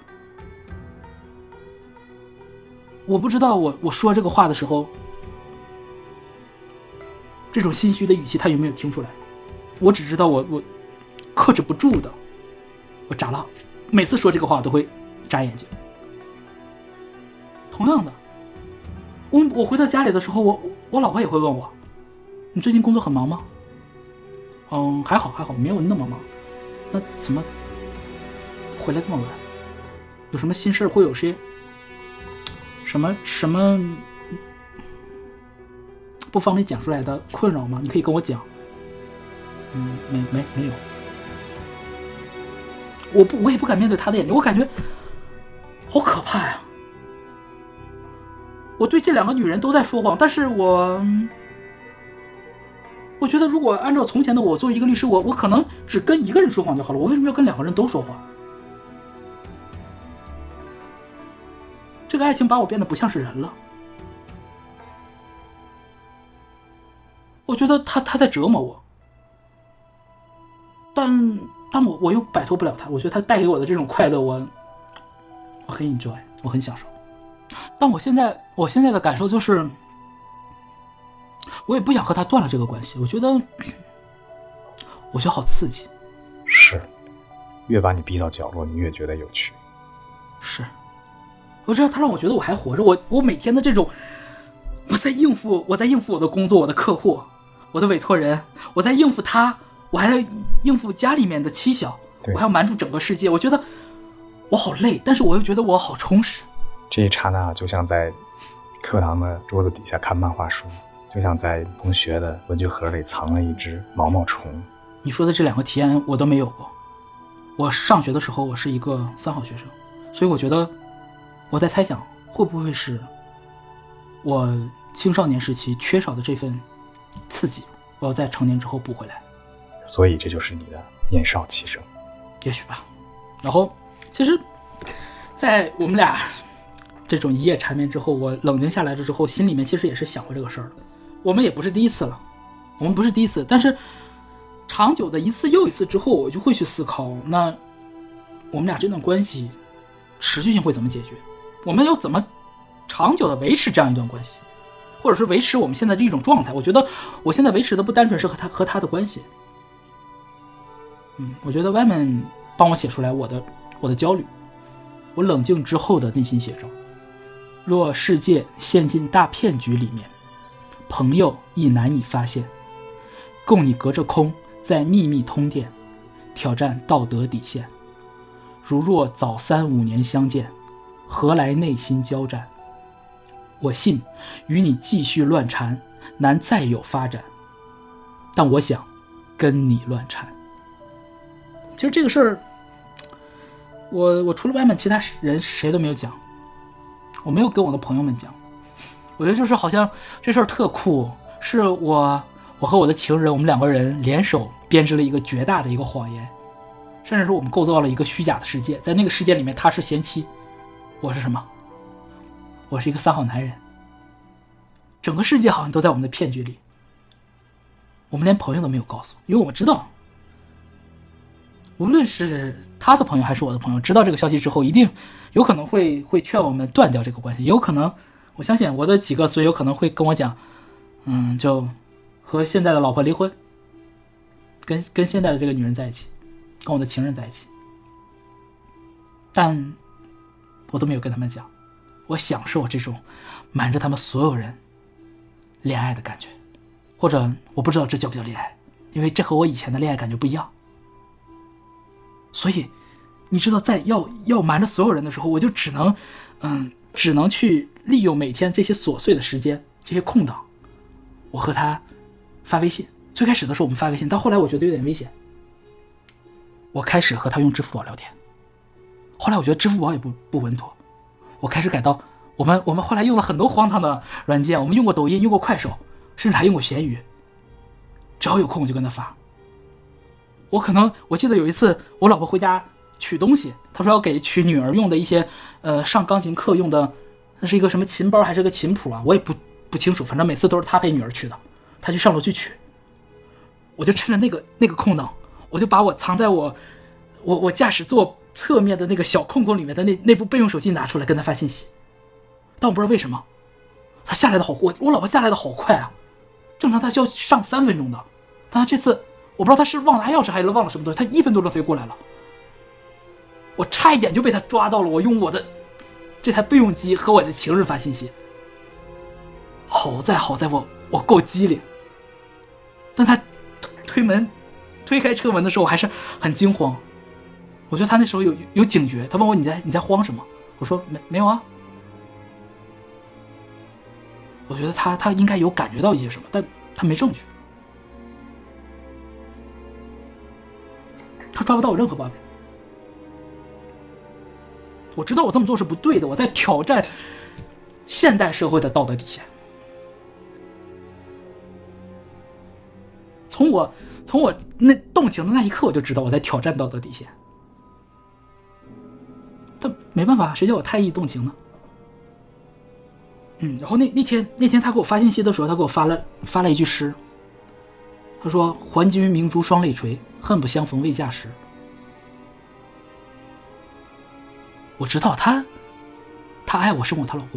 我不知道我我说这个话的时候，这种心虚的语气他有没有听出来？我只知道我我克制不住的，我眨了，每次说这个话我都会眨眼睛。同样的，我我回到家里的时候，我我老婆也会问我，你最近工作很忙吗？嗯，还好还好，没有那么忙。那怎么回来这么晚？有什么心事？会有些什么什么不方便讲出来的困扰吗？你可以跟我讲。嗯，没没没有。我不我也不敢面对他的眼睛，我感觉好可怕呀。我对这两个女人都在说谎，但是我我觉得如果按照从前的我作为一个律师，我我可能只跟一个人说谎就好了，我为什么要跟两个人都说谎？这个爱情把我变得不像是人了。我觉得他他在折磨我，但但我我又摆脱不了他。我觉得他带给我的这种快乐，我我很 enjoy， 我很享受。但我现在我现在的感受就是，我也不想和他断了这个关系。我觉得，我觉得好刺激。 是，越把你逼到角落，你越觉得有趣。 是，我知道他让我觉得我还活着。我我每天的这种，我在应付我在应付我的工作，我的客户，我的委托人，我在应付他，我还要应付家里面的妻小，我还要瞒住整个世界。我觉得我好累，但是我又觉得我好充实。 这一刹那就像在课堂的桌子底下看漫画书，就像在同学的文具盒里藏了一只毛毛虫。 你说的这两个体验我都没有过。我上学的时候我是一个三好学生，所以我觉得我在猜想会不会是我青少年时期缺少的这份刺激，我要在成年之后补回来。 所以这就是你的年少气盛。 也许吧。然后其实在我们俩这种一夜缠绵之后，我冷静下来了之后，心里面其实也是想过这个事儿的。我们也不是第一次了，我们不是第一次，但是长久的一次又一次之后，我就会去思考，那我们俩这段关系持续性会怎么解决？我们要怎么长久的维持这样一段关系，或者是维持我们现在这一种状态？我觉得我现在维持的不单纯是和他和他的关系。嗯，我觉得外面帮我写出来我的我的焦虑，我冷静之后的内心写照。若世界陷进大骗局里面，朋友亦难以发现，共你隔着空在秘密通电，挑战道德底线。如若早三五年相见，何来内心交战？我信与你继续乱缠，难再有发展，但我想跟你乱缠。其实这个事儿，我我除了外面其他人谁都没有讲，我没有跟我的朋友们讲。我觉得就是好像这事儿特酷，是我我和我的情人，我们两个人联手编织了一个绝大的一个谎言，甚至是我们构造了一个虚假的世界。在那个世界里面，他是贤妻，我是什么？我是一个三好男人。整个世界好像都在我们的骗局里，我们连朋友都没有告诉，因为我们知道，无论是他的朋友还是我的朋友，知道这个消息之后，一定有可能会会劝我们断掉这个关系。有可能，我相信我的几个所以有可能会跟我讲，嗯，就和现在的老婆离婚，跟跟现在的这个女人在一起，跟我的情人在一起。但我都没有跟他们讲，我享受这种瞒着他们所有人恋爱的感觉，或者我不知道这叫不叫恋爱，因为这和我以前的恋爱感觉不一样。所以你知道在要要瞒着所有人的时候，我就只能嗯只能去利用每天这些琐碎的时间，这些空档，我和他发微信。最开始的时候我们发微信，到后来我觉得有点危险，我开始和他用支付宝聊天。后来我觉得支付宝也不不稳妥，我开始改到我们我们后来用了很多荒唐的软件，我们用过抖音，用过快手，甚至还用过闲鱼。只要有空我就跟他发。我可能我记得有一次我老婆回家取东西，她说要给取女儿用的一些呃上钢琴课用的，那是一个什么琴包还是个琴谱啊，我也不不清楚，反正每次都是她陪女儿去的，她去上楼去取。我就趁着那个那个空档，我就把我藏在我我我驾驶座侧面的那个小空空里面的那那部备用手机拿出来跟他发信息。但我不知道为什么他下来的好我我老婆下来的好快啊，正常他就要上三分钟的，但他这次我不知道他是忘了钥匙还是忘了什么东西，他一分多钟他就过来了。我差一点就被他抓到了，我用我的这台备用机和我的情人发信息。好在好在我我够机灵，但他推门推开车门的时候我还是很惊慌。我觉得他那时候有有警觉，他问我你在你在慌什么？我说没没有啊。我觉得他他应该有感觉到一些什么，但他没证据，他抓不到我任何把柄。我知道我这么做是不对的，我在挑战现代社会的道德底线。从我从我那动情的那一刻，我就知道我在挑战道德底线。但没办法，谁叫我太易动情呢？嗯，然后那那天那天他给我发信息的时候，他给我发了发了一句诗。他说：“还君明珠双泪垂，恨不相逢未嫁时。”我知道他，他爱我胜过她老公。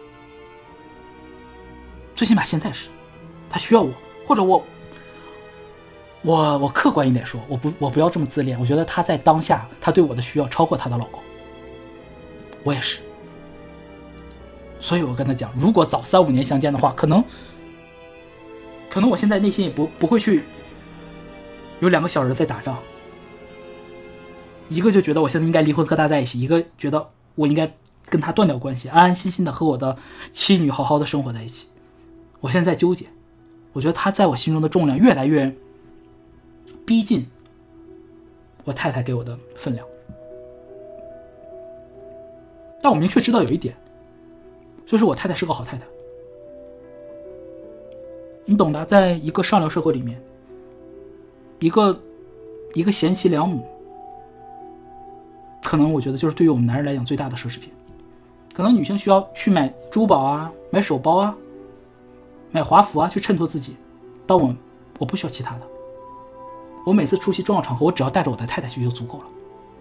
最起码现在是，他需要我，或者我，我我客观一点说，我不我不要这么自恋。我觉得他在当下，他对我的需要超过他的老公。我也是。所以我跟他讲，如果早三五年相见的话，可能可能我现在内心也不不会去有两个小人在打仗，一个就觉得我现在应该离婚和他在一起，一个觉得我应该跟他断掉关系，安安心心的和我的妻女好好的生活在一起。我现在在纠结，我觉得他在我心中的重量越来越逼近我太太给我的分量。但我明确知道有一点，就是我太太是个好太太。你懂的，在一个上流社会里面，一个一个贤妻良母，可能我觉得就是对于我们男人来讲最大的奢侈品。可能女性需要去买珠宝啊，买手包啊，买华服啊，去衬托自己。但我我不需要其他的，我每次出席重要场合，我只要带着我的太太去就足够了。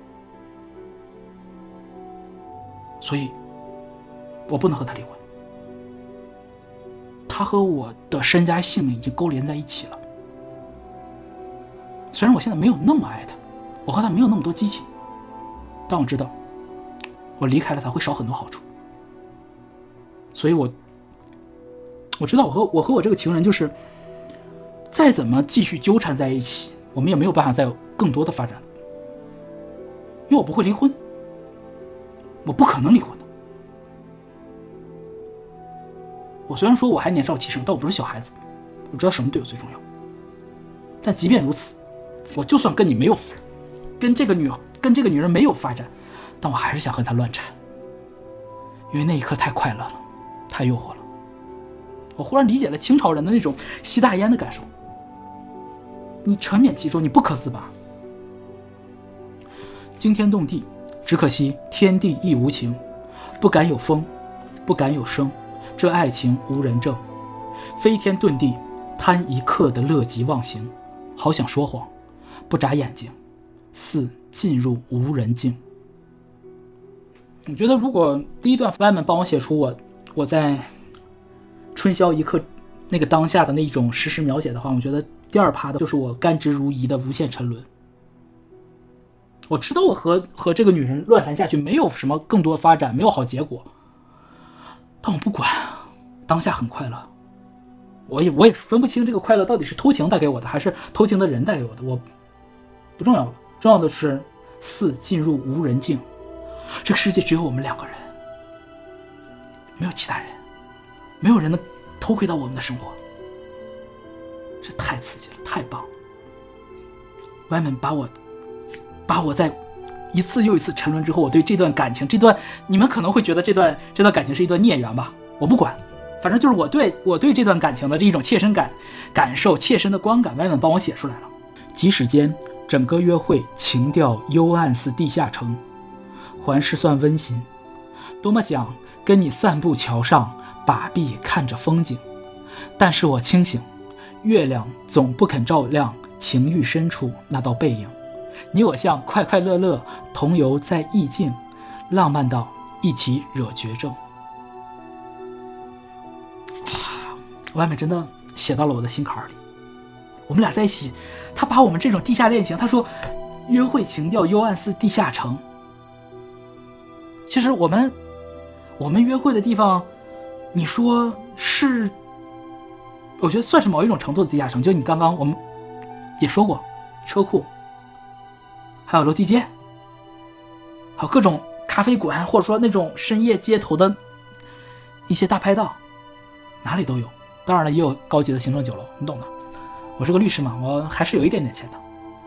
所以我不能和他离婚，他和我的身家性命已经勾连在一起了。虽然我现在没有那么爱他，我和他没有那么多激情，但我知道我离开了他会少很多好处。所以我我知道我和我和我这个情人就是再怎么继续纠缠在一起，我们也没有办法再有更多的发展，因为我不会离婚，我不可能离婚的。我虽然说我还年少气盛，但我不是小孩子，我知道什么对我最重要。但即便如此，我就算跟你没有跟这个女跟这个女人没有发展，但我还是想和她乱缠，因为那一刻太快乐了，太诱惑了。我忽然理解了清朝人的那种吸大烟的感受，你沉湎其中，你不可自拔。惊天动地，只可惜天地亦无情，不敢有风，不敢有声，这爱情无人证。飞天遁地，贪一刻的乐极忘形，好想说谎，不眨眼睛，似进入无人境。我觉得如果第一段外面帮我写出我我在春宵一刻那个当下的那种实时描写的话，我觉得第二趴的就是我甘之如饴的无限沉沦。我知道我和和这个女人乱缠下去没有什么更多发展，没有好结果，但我不管，当下很快乐。我也我也分不清这个快乐到底是偷情带给我的，还是偷情的人带给我的，我不重要了。重要的是四进入无人境，这个世界只有我们两个人，没有其他人，没有人能偷窥到我们的生活，这太刺激了，太棒了。外面把我把我在一次又一次沉沦之后，我对这段感情，这段你们可能会觉得这段这段感情是一段孽缘吧，我不管，反正就是我对我对这段感情的这一种切身感感受，切身的观感，外面帮我写出来了。即使间整个约会情调幽暗似地下城，还是算温馨。多么想跟你散步桥上，把臂看着风景，但是我清醒，月亮总不肯照亮情欲深处那道背影。你我像快快乐乐同游在意境，浪漫到一起惹绝症。外面真的写到了我的心坎里。我们俩在一起，他把我们这种地下恋情，他说约会情调幽暗似地下城。其实我们我们约会的地方，你说是，我觉得算是某一种程度的地下城。就你刚刚我们也说过，车库，还有楼梯间，还有各种咖啡馆，或者说那种深夜街头的一些大拍档，哪里都有。当然了，也有高级的行政酒楼，你懂的。我是个律师嘛，我还是有一点点钱的。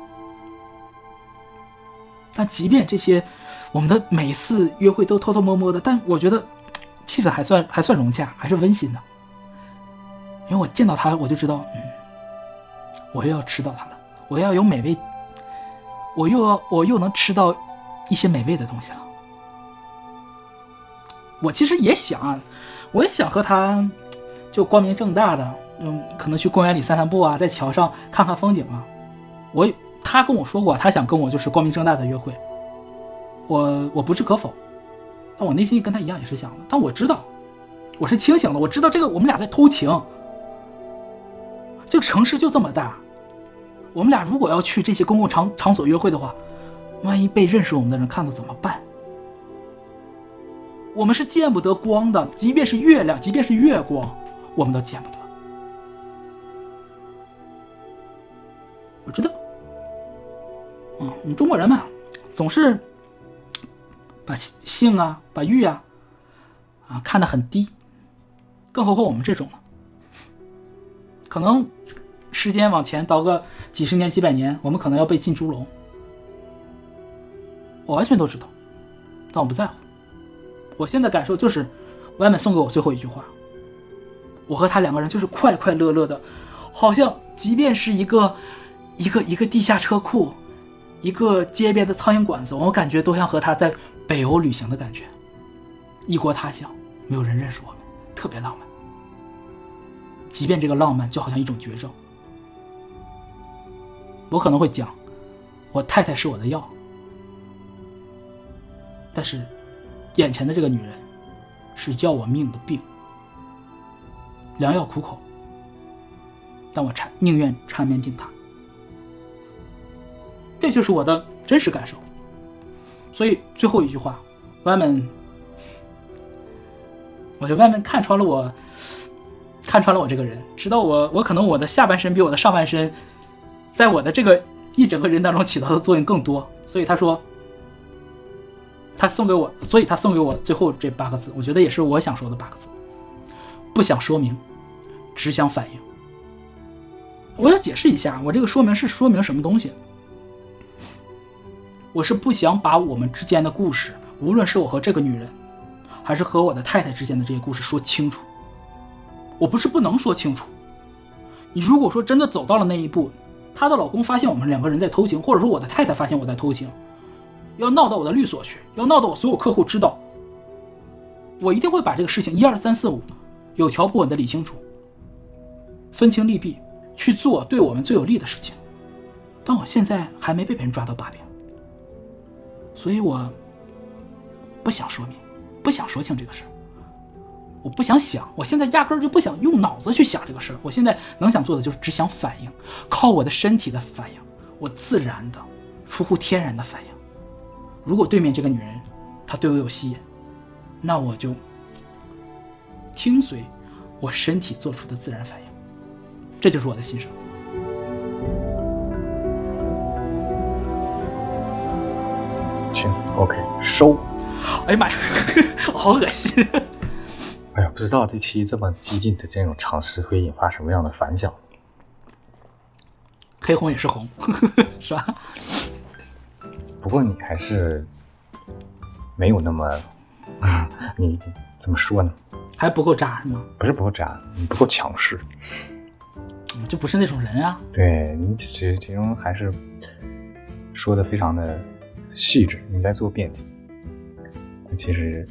但即便这些，我们的每次约会都偷偷摸摸的，但我觉得气氛还算还算融洽，还是温馨的。因为我见到他，我就知道，嗯，我又要吃到他了，我要有美味，我又要我又能吃到一些美味的东西了。我其实也想，我也想和他就光明正大的，嗯，可能去公园里散散步啊，在桥上看看风景啊。我他跟我说过，他想跟我就是光明正大的约会，我我不置可否，但我内心跟他一样也是想的。但我知道，我是清醒的，我知道这个我们俩在偷情。这个城市就这么大，我们俩如果要去这些公共场场所约会的话，万一被认识我们的人看到怎么办？我们是见不得光的，即便是月亮，即便是月光，我们都见不得。我知道，嗯，我们中国人嘛，总是把性啊、把欲啊啊看得很低，更何况我们这种呢？可能时间往前倒个几十年、几百年，我们可能要被进猪笼。我完全都知道，但我不在乎。我现在感受就是，外面送给我最后一句话。我和他两个人就是快快乐乐的，好像即便是一个一个一个地下车库，一个街边的苍蝇馆子，我感觉都像和他在北欧旅行的感觉，异国他乡，没有人认识我们，特别浪漫。即便这个浪漫就好像一种绝症。我可能会讲，我太太是我的药，但是眼前的这个女人是要我命的病，良药苦口，但我缠宁愿缠绵病榻。这就是我的真实感受。所以最后一句话，外面，我觉得外面看穿了我，看穿了我这个人，知道我我可能我的下半身比我的上半身，在我的这个一整个人当中起到的作用更多。所以他说，他送给我，所以他送给我最后这八个字，我觉得也是我想说的八个字：不想说明，只想反应。我要解释一下，我这个说明是说明什么东西。我是不想把我们之间的故事，无论是我和这个女人，还是和我的太太之间的这些故事说清楚。我不是不能说清楚，你如果说真的走到了那一步，她的老公发现我们两个人在偷情，或者说我的太太发现我在偷情，要闹到我的律所去，要闹到我所有客户知道，我一定会把这个事情一二三四五有条不紊的理清楚，分清利弊，去做对我们最有利的事情。但我现在还没被别人抓到把柄，所以我不想说明，不想说清这个事儿，我不想想，我现在压根儿就不想用脑子去想这个事儿。我现在能想做的就是只想反应，靠我的身体的反应，我自然的、出乎天然的反应。如果对面这个女人她对我有吸引，那我就听随我身体做出的自然反应，这就是我的心声。 行 ，OK， 收。 哎呀妈呀，好恶心！ 哎呀，不知道这期这么激进的这种尝试会引发什么样的反响。 黑红也是红，是吧？ 不过你还是没有那么，你怎么说呢？ 还不够渣是吗？ 不是不够渣，你不够强势。 就不是那种人啊。 对你其实其中还是说的非常的细致，你在做辩题。其实，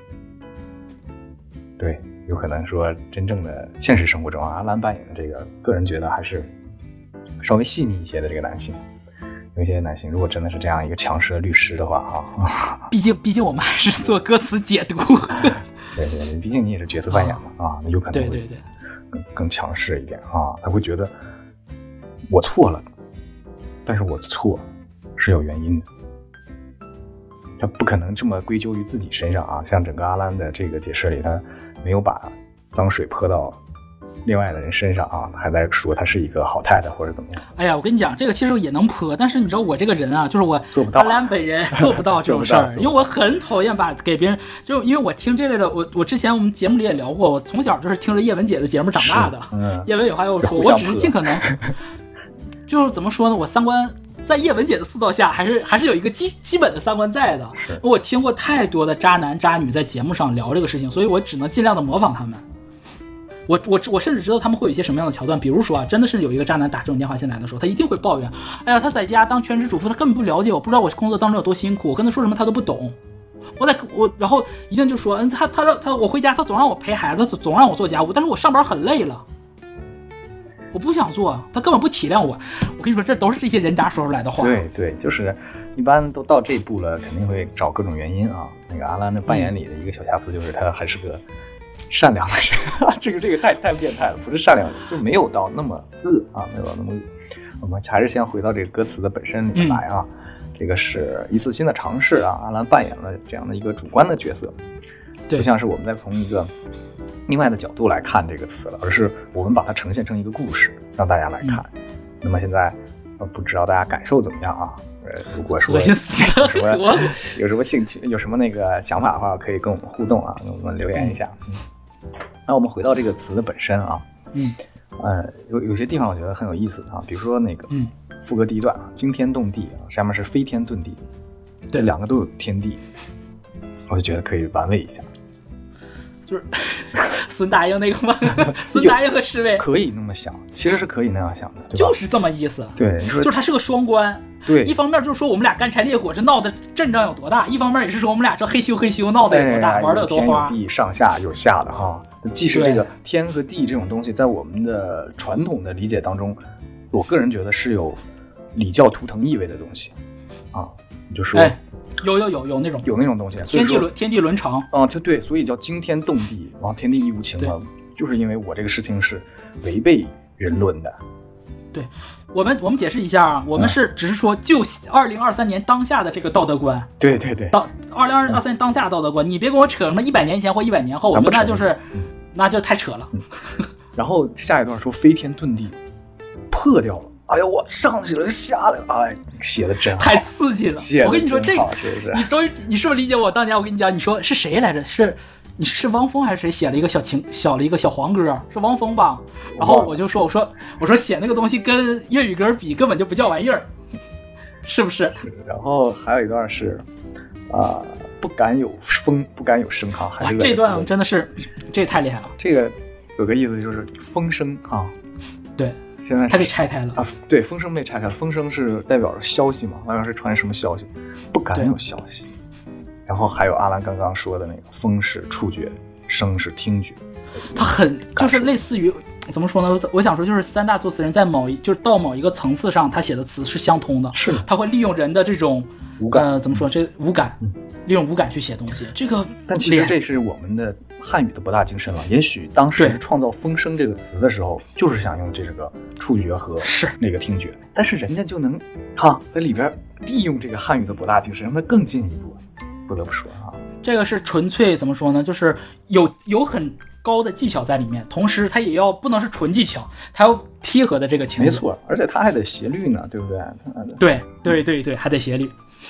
对，有可能说真正的现实生活中啊，阿兰扮演的这个，个人觉得还是稍微细腻一些的这个男性。有一些男性如果真的是这样一个强势的律师的话啊， 毕竟毕竟我们还是做歌词解读。 对对对，毕竟你也是角色扮演嘛啊，有可能对对对更更强势一点啊，他会觉得我错了，但是我的错是有原因的。他不可能这么归咎于自己身上啊，像整个阿兰的这个解释里，他没有把脏水泼到另外的人身上啊，还在说他是一个好太太或者怎么样。 哎呀，我跟你讲，这个其实也能泼，但是你知道我这个人啊，就是我做不到， 阿兰本人做不到这种事儿，因为我很讨厌把给别人，就因为我听这类的，我我之前我们节目里也聊过，我从小就是听着叶文姐的节目长大的。 嗯， 叶文有话要说，我只是尽可能，就是怎么说呢，我三观。在叶文姐的塑造下，还是还是有一个基基本的三观在的。我听过太多的渣男渣女在节目上聊这个事情，所以我只能尽量的模仿他们。我我我甚至知道他们会有一些什么样的桥段，比如说啊，真的是有一个渣男打这种电话进来的时候，他一定会抱怨，哎呀，他在家当全职主妇，他根本不了解我，不知道我工作当中有多辛苦，我跟他说什么他都不懂。我在我然后一定就说，嗯，他他他我回家他总让我陪孩子，总让我做家务，但是我上班很累了。我不想做，他根本不体谅我。我跟你说，这都是这些人渣说出来的话。 对对，就是一般都到这一步了，肯定会找各种原因啊。那个阿兰的扮演里的一个小瑕疵就是他还是个善良的人，这个这个太太变态了，不是善良的，就没有到那么恶啊，没有到那么恶。我们还是先回到这个歌词的本身里面来啊，嗯、这个是一次新的尝试啊，阿兰扮演了这样的一个主观的角色， 对， 不像是我们在从一个另外的角度来看这个词了，而是我们把它呈现成一个故事让大家来看。嗯、那么现在呃不知道大家感受怎么样啊？呃，如果说有什么有什么兴趣，有什么那个想法的话，可以跟我们互动啊，跟我们留言一下。嗯，那我们回到这个词的本身啊， 嗯， 呃，有有些地方我觉得很有意思啊，比如说那个嗯副歌第一段啊，惊天动地啊，下面是飞天遁地，这两个都有天地，我就觉得可以玩味一下。 就是孙大英那个吗？孙大英和侍卫可以那么想，其实是可以那样想的，对吧？ 就是这么意思。 对， 就是他是个双关。 对， 一方面就是说我们俩干柴烈火，这闹的阵仗有多大；一方面也是说我们俩这嘿咻嘿咻闹的有多大，哎、玩的有多花。 天有地，上下有下的哈。既是这个天和地这种东西，在我们的传统的理解当中，我个人觉得是有礼教图腾意味的东西啊。你就说。 哎有有有有那种有那种东西， 天地轮天地轮长啊，就对，所以叫惊天动地，然后天地一无情嘛，就是因为我这个事情是违背人伦的。 对，我们我们解释一下啊，我们是、嗯、只是说就二零二三年当下的这个道德观， 对对对， 当二零二三年当下的道德观，嗯、你别跟我扯什么一百年前或一百年后，我觉得那就是、嗯、那就太扯了。 嗯、然后下一段说飞天遁地，破掉了。哎呀，我上去了就下来了，哎，写的真好， 太刺激了！我跟你说这个，你终于，你是不是理解我当年？我跟你讲，你说是谁来着？是你是汪峰还是谁写了一个小情小了一个小黄歌？是汪峰吧？然后我就说，我说我说写那个东西跟粤语歌比，根本就不叫玩意儿，是不是？ 然后还有一段是啊、呃，不敢有风，不敢有声哈，还是这段真的是，这也太厉害了。 这个有个意思就是风声啊， 对。 现在它被拆开了啊，对，风声被拆开了。风声是代表着消息嘛，好像是传什么消息，不敢有消息。然后还有阿兰刚刚说的那个，风是触觉，声是听觉。 它很就是类似于怎么说呢？我想说就是三大作词人在某一就是到某一个层次上，他写的词是相通的， 是他会利用人的这种无感， 呃，怎么说这无感， 嗯、 利用无感去写东西。这个， 但其实这是我们的汉语的博大精深了。也许当时创造风声这个词的时候，就是想用这个触觉和是那个听觉，但是人家就能哈在里边利用这个汉语的博大精深，让它更进一步。不得不说啊， 这个是纯粹怎么说呢？就是有有很高的技巧在里面，同时它也要不能是纯技巧，它要贴合的这个情没错，而且它还得斜率呢，对不对？ 对对对对，还得斜率。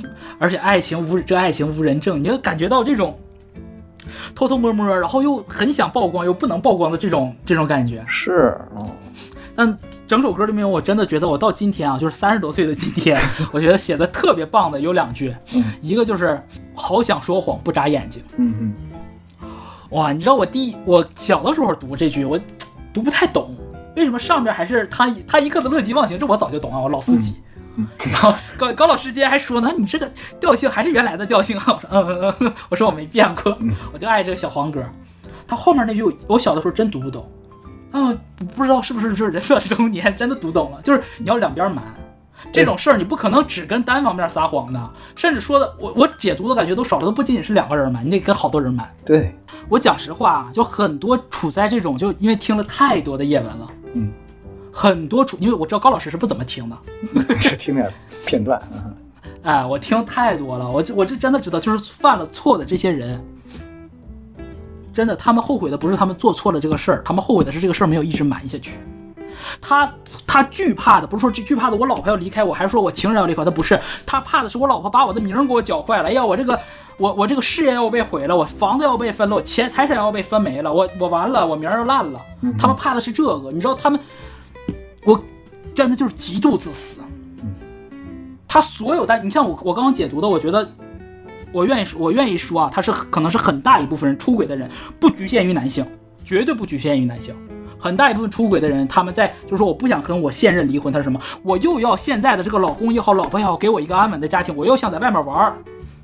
而且爱情无这爱情无人证，你就感觉到这种偷偷摸摸，然后又很想曝光又不能曝光的这种这种感觉。 是，嗯。 但整首歌里面，我真的觉得我到今天啊，就是三十多岁的今天，我觉得写的特别棒的有两句， 嗯、 一个就是好想说谎不眨眼睛。 嗯嗯。 哇，你知道我第一我小的时候读这句，我读不太懂，为什么上边还是他他一刻的乐极忘形？这我早就懂啊，我老司机。嗯、然后高高老师今天还说呢，你这个调性还是原来的调性啊。我说嗯嗯嗯，我说我没变过，我就爱这个小黄歌。他后面那句我小的时候真读不懂。啊，不知道是不是就是人到中年真的读懂了，就是你要两边瞒，这种事儿你不可能只跟单方面撒谎的，甚至说的我我解读的感觉都少了，都不仅仅是两个人瞒，你得跟好多人瞒。 对， 我讲实话，就很多处在这种，就因为听了太多的叶文了， 嗯， 很多处，因为我知道高老师是不怎么听的， 是听点片段， 哎，我听太多了，我我这真的知道，就是犯了错的这些人。真的，他们后悔的不是他们做错了这个事儿，他们后悔的是这个事儿没有一直瞒下去。他他惧怕的不是说惧怕的我老婆要离开我，还是说我情人要离开他，不是，他怕的是我老婆把我的名给我搅坏了，哎呀，我这个我我这个事业要被毁了，我房子要被分了，我钱财产要被分没了，我我完了，我名儿要烂了。他们怕的是这个，你知道他们，我真的就是极度自私。他所有的，你像我我刚刚解读的，我觉得。我愿意说，我愿意说啊，他是可能是很大一部分人出轨的人，不局限于男性，绝对不局限于男性。很大一部分出轨的人，他们在就是说，我不想跟我现任离婚，他是什么？我又要现在的这个老公也好，老婆也好，给我一个安稳的家庭，我又想在外面玩。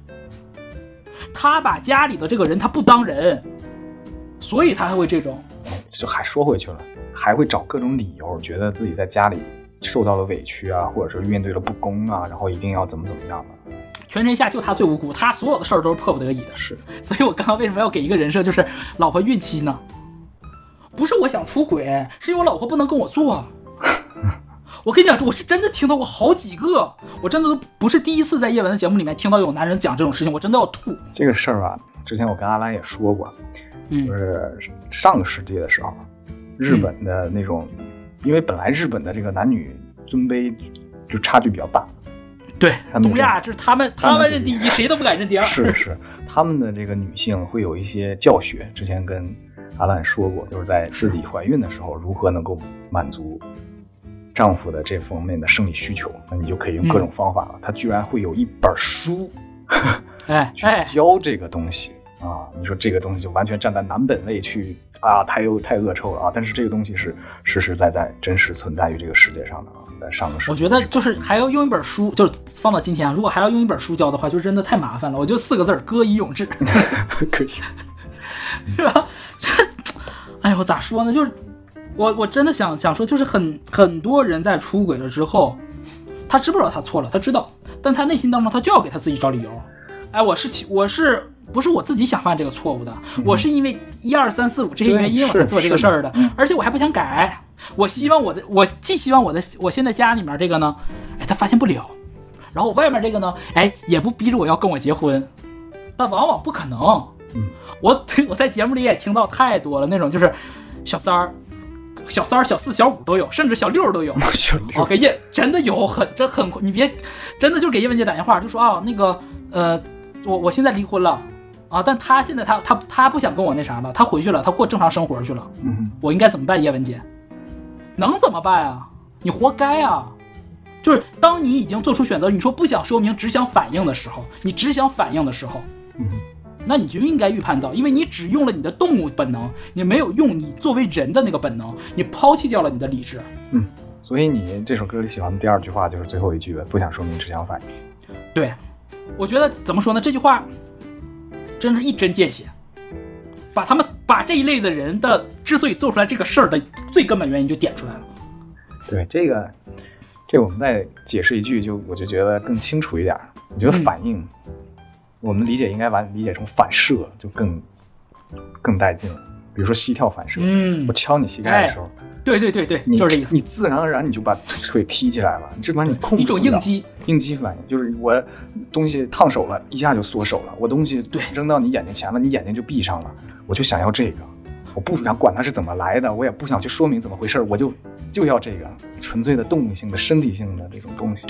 他把家里的这个人他不当人，所以他还会这种。 就还说回去了，还会找各种理由，觉得自己在家里受到了委屈啊，或者是面对了不公啊，然后一定要怎么怎么样的。 全天下就他最无辜，他所有的事儿都是迫不得已的。 是， 所以我刚刚为什么要给一个人设，就是老婆孕期呢？不是我想出轨，是因为我老婆不能跟我做。我跟你讲，我是真的听到过好几个，我真的都不是第一次在叶文的节目里面听到有男人讲这种事情，我真的要吐。 这个事儿啊，之前我跟阿兰也说过，嗯，就是上个世纪的时候，日本的那种，嗯、因为本来日本的这个男女尊卑就差距比较大。 对，东亚这是他们，他们认第一，谁都不敢认第二。 是是，他们的这个女性会有一些教学，之前跟阿兰说过，就是在自己怀孕的时候，如何能够满足丈夫的这方面的生理需求，那你就可以用各种方法了。嗯、他居然会有一本书， 哎， 去教这个东西啊！你说这个东西就完全站在男本位去啊，太又太恶臭了啊！但是这个东西是实实在在真实存在于这个世界上的啊。在上个世纪， 我觉得就是还要用一本书，就是放到今天啊，如果还要用一本书教的话，就真的太麻烦了。我就四个字儿：歌以咏志。 可以， 是吧？这，哎呀，我咋说呢？就是我我真的想想说，就是很很多人在出轨了之后，他知不知道他错了？他知道，但他内心当中他就要给他自己找理由。哎，我是我是不是我自己想犯这个错误的？嗯、我是因为一二三四五这些原因我才做这个事儿的，而且我还不想改。我希望我的，我既希望我的，我现在家里面这个呢，哎，他发现不了，然后我外面这个呢，哎，也不逼着我要跟我结婚，但往往不可能。 嗯， 我我在节目里也听到太多了，那种就是小三儿、小三儿、小四、小五都有，甚至小六都有。 小六， 哦，给叶真的有很真很，你别真的就给叶文姐打电话，就说啊，那个呃，我我现在离婚了。啊！但他现在他他他不想跟我那啥了，他回去了，他过正常生活去了。 嗯， 我应该怎么办，叶文姐？能怎么办啊？你活该啊！就是当你已经做出选择，你说不想说明，只想反应的时候，你只想反应的时候， 嗯， 那你就应该预判到，因为你只用了你的动物本能，你没有用你作为人的那个本能，你抛弃掉了你的理智。 嗯，所以你这首歌里喜欢的第二句话就是最后一句，不想说明，只想反应。 对，我觉得怎么说呢？这句话。真是一针见血，把他们把这一类的人的之所以做出来这个事儿的最根本原因就点出来了。 对，这个，这我们再解释一句，就我就觉得更清楚一点。我觉得反应，嗯、我们理解应该把理解成反射，就更更带劲了。比如说膝跳反射， 嗯， 我敲你膝盖的时候， 哎、对对对对， 你就是这意思。 你自然而然你就把腿踢起来了，你这把你控制一种应激。 应激反应就是我东西烫手了，一下就缩手了；我东西扔到你眼睛前了，你眼睛就闭上了。我就想要这个，我不想管它是怎么来的，我也不想去说明怎么回事，我就就要这个纯粹的动物性的、身体性的这种东西。 对，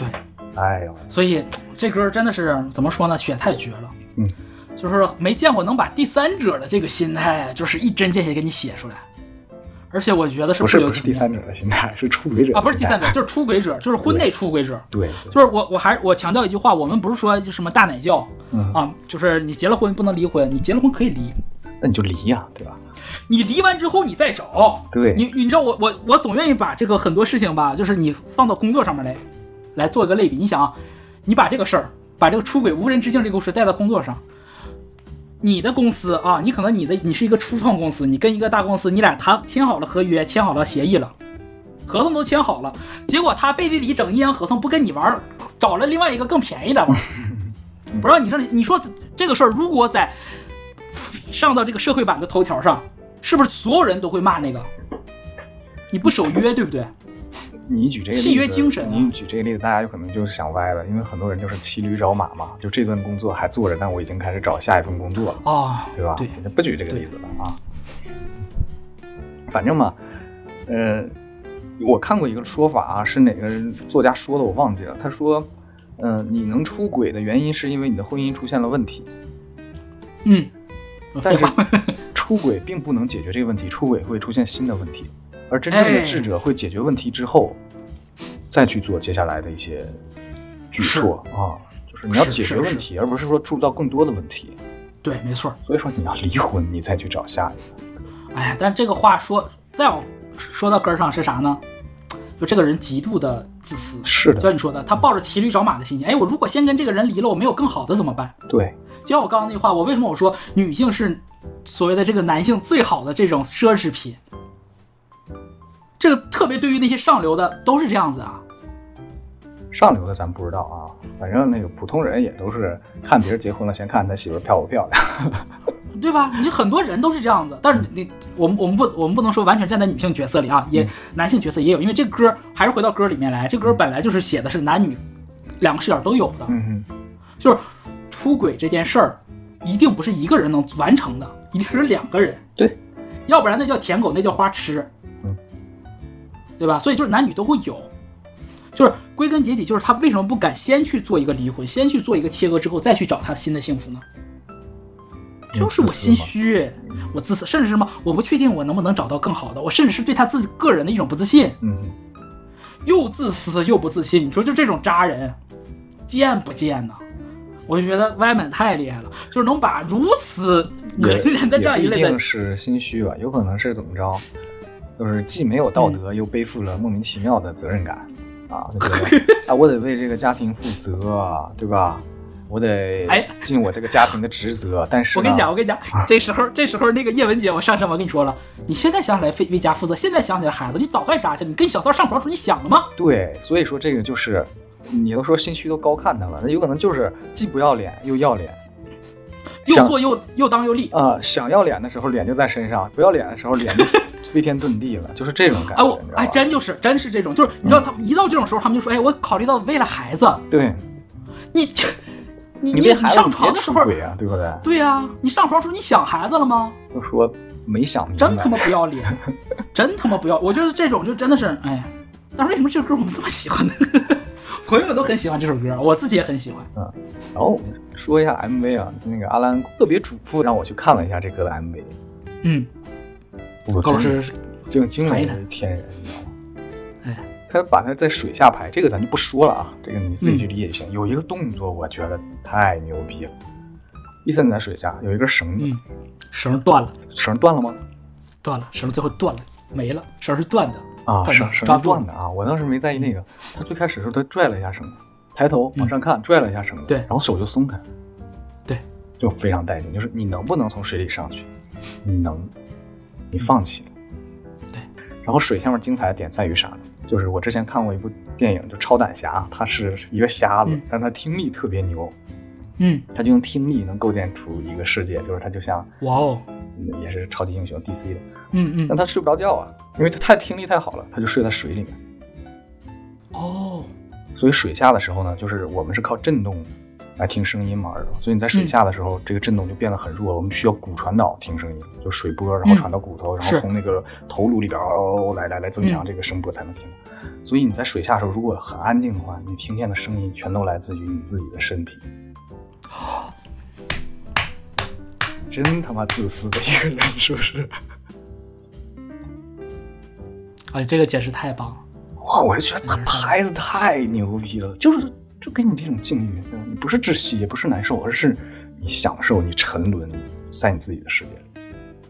哎呦， 所以这歌真的是怎么说呢？选太绝了。 嗯， 就是没见过能把第三者的这个心态，就是一针见血给你写出来。而且我觉得是不是不留情面是第三者的心态，是出轨者的啊，不是第三者， 心态就是出轨者，就是婚内出轨者。 对， 就是我我还我强调一句话，我们不是说就什么大奶教、 嗯、 啊，就是你结了婚不能离婚，你结了婚可以离， 那你就离呀、啊，对吧？ 你离完之后你再找。 对， 你你知道我我我总愿意把这个很多事情吧，就是你放到工作上面来来做一个类比。你想啊，你把这个事儿，把这个出轨无人之境这个故事带到工作上。你的公司啊，你可能你的你是一个初创公司，你跟一个大公司，你俩谈签好了合约，签好了协议了，合同都签好了，结果他背地里整阴阳合同，不跟你玩，找了另外一个更便宜的嘛。不知道你说你说这个事儿，如果在上到这个社会版的头条上，是不是所有人都会骂那个？你不守约，对不对？ 你举这个例子契约精神、啊， 你举这个例子，大家有可能就是想歪了，因为很多人就是骑驴找马嘛，就这份工作还做着，但我已经开始找下一份工作了， 哦， 对吧？ 对， 不举这个例子了啊。反正嘛，呃，我看过一个说法啊，是哪个作家说的，我忘记了。他说，嗯、呃，你能出轨的原因是因为你的婚姻出现了问题。 嗯， 但是出轨并不能解决这个问题，出轨会出现新的问题。而真正的智者会解决问题之后，哎、再去做接下来的一些举措啊，就是你要解决问题，而不是说铸造更多的问题。 对，没错。 所以说你要离婚，你再去找下一个。 哎呀，但这个话说再往说到根上是啥呢？就这个人极度的自私。 是的， 就像你说的，他抱着骑驴找马的心情。哎，我如果先跟这个人离了，我没有更好的怎么办？ 对， 就像我刚刚那句话，我为什么我说女性是所谓的这个男性最好的这种奢侈品？这个特别对于那些上流的都是这样子啊。 上流的咱不知道啊，反正那个普通人也都是看别人结婚了，先看他媳妇漂不漂亮， 对吧？你很多人都是这样子，但是你我们我们不我们不能说完全站在女性角色里啊，也、嗯、男性角色也有，因为这歌还是回到歌里面来，这歌本来就是写的是男女两个视角都有的， 嗯哼， 就是出轨这件事儿一定不是一个人能完成的，一定是两个人， 对， 要不然那叫舔狗，那叫花痴。对吧？所以就是男女都会有，就是归根结底就是他为什么不敢先去做一个离婚，先去做一个切割之后再去找他新的幸福呢？就是我心虚，我自私，甚至什么我不确定我能不能找到更好的，我甚至是对他自己个人的一种不自信， 嗯， 又自私又不自信，你说就这种渣人贱不贱呢？我就觉得歪门太厉害了，就是能把如此恶心人的这样一类的， 一定是心虚吧，有可能是怎么着？就是既没有道德，又背负了莫名其妙的责任感，啊，就觉得啊，我得为这个家庭负责，对吧？我得尽我这个家庭的职责。但是我跟你讲，我跟你讲，这时候这时候那个叶文洁，我上上我跟你说了，你现在想起来为为家负责，现在想起来孩子，你早干啥去？你跟小三上床时候你想了吗？ 对，所以说这个就是你都说心虚都高看他了，那有可能就是既不要脸又要脸。 又做又又当又立啊、呃！想要脸的时候脸就在身上，不要脸的时候脸就飞天遁地了，就是这种感觉。 哎，我哎，真就是真是这种，就是你知道，他们一到这种时候，他们就说：“哎，我考虑到为了孩子。” 对， 你你你你上床的时候， 对呀、啊，对不对？ 对呀、啊，你上床的时候你想孩子了吗？ 我说没想明白， 真他妈不要脸，真他妈不要！我觉得这种就真的是哎，但是为什么这个歌我们这么喜欢呢？朋友们都很喜欢这首歌，我自己也很喜欢。 嗯，然后我们说一下 M V 啊，那个阿兰特别嘱咐让我去看了一下这歌的 M V。 嗯， 我高老师惊惊为天人，你知道吗？ 哎， 他把它在水下拍，这个咱就不说了啊，这个你自己去理解就行。嗯、有一个动作我觉得太牛逼了，伊森在水下有一根绳子， 嗯、绳断了， 绳断了吗？ 断了，绳最后断了，没了，绳是断的。 啊，绳绳是断的啊！我当时没在意那个，他最开始的时候他拽了一下绳子，抬头往上看，嗯、拽了一下绳子， 对， 然后手就松开， 对， 就非常带劲。就是你能不能从水里上去？你能，你放弃了， 对。 然后水下面精彩的点在于啥呢？就是我之前看过一部电影，就《超胆侠》，他是一个瞎子，嗯、但他听力特别牛， 嗯， 他就用听力能构建出一个世界，就是他就像哇哦， 也是超级英雄 D C 的， 嗯嗯， 但他睡不着觉啊。因为他太听力太好了，他就睡在水里面。 哦， 所以水下的时候呢，就是我们是靠震动来听声音嘛，所以你在水下的时候，嗯、这个震动就变得很弱了。我们需要骨传导听声音，就水波，然后传到骨头，嗯、然后从那个头颅里边哦来来来增强这个声波才能听。嗯、所以你在水下的时候，如果很安静的话，你听见的声音全都来自于你自己的身体。真他妈自私的一个人，是不是？ 哎，这个解释太棒了！ 哇，我就觉得他拍的太牛逼了，就是就给你这种境遇，你不是窒息，也不是难受，而是你享受，你沉沦在你自己的世界里。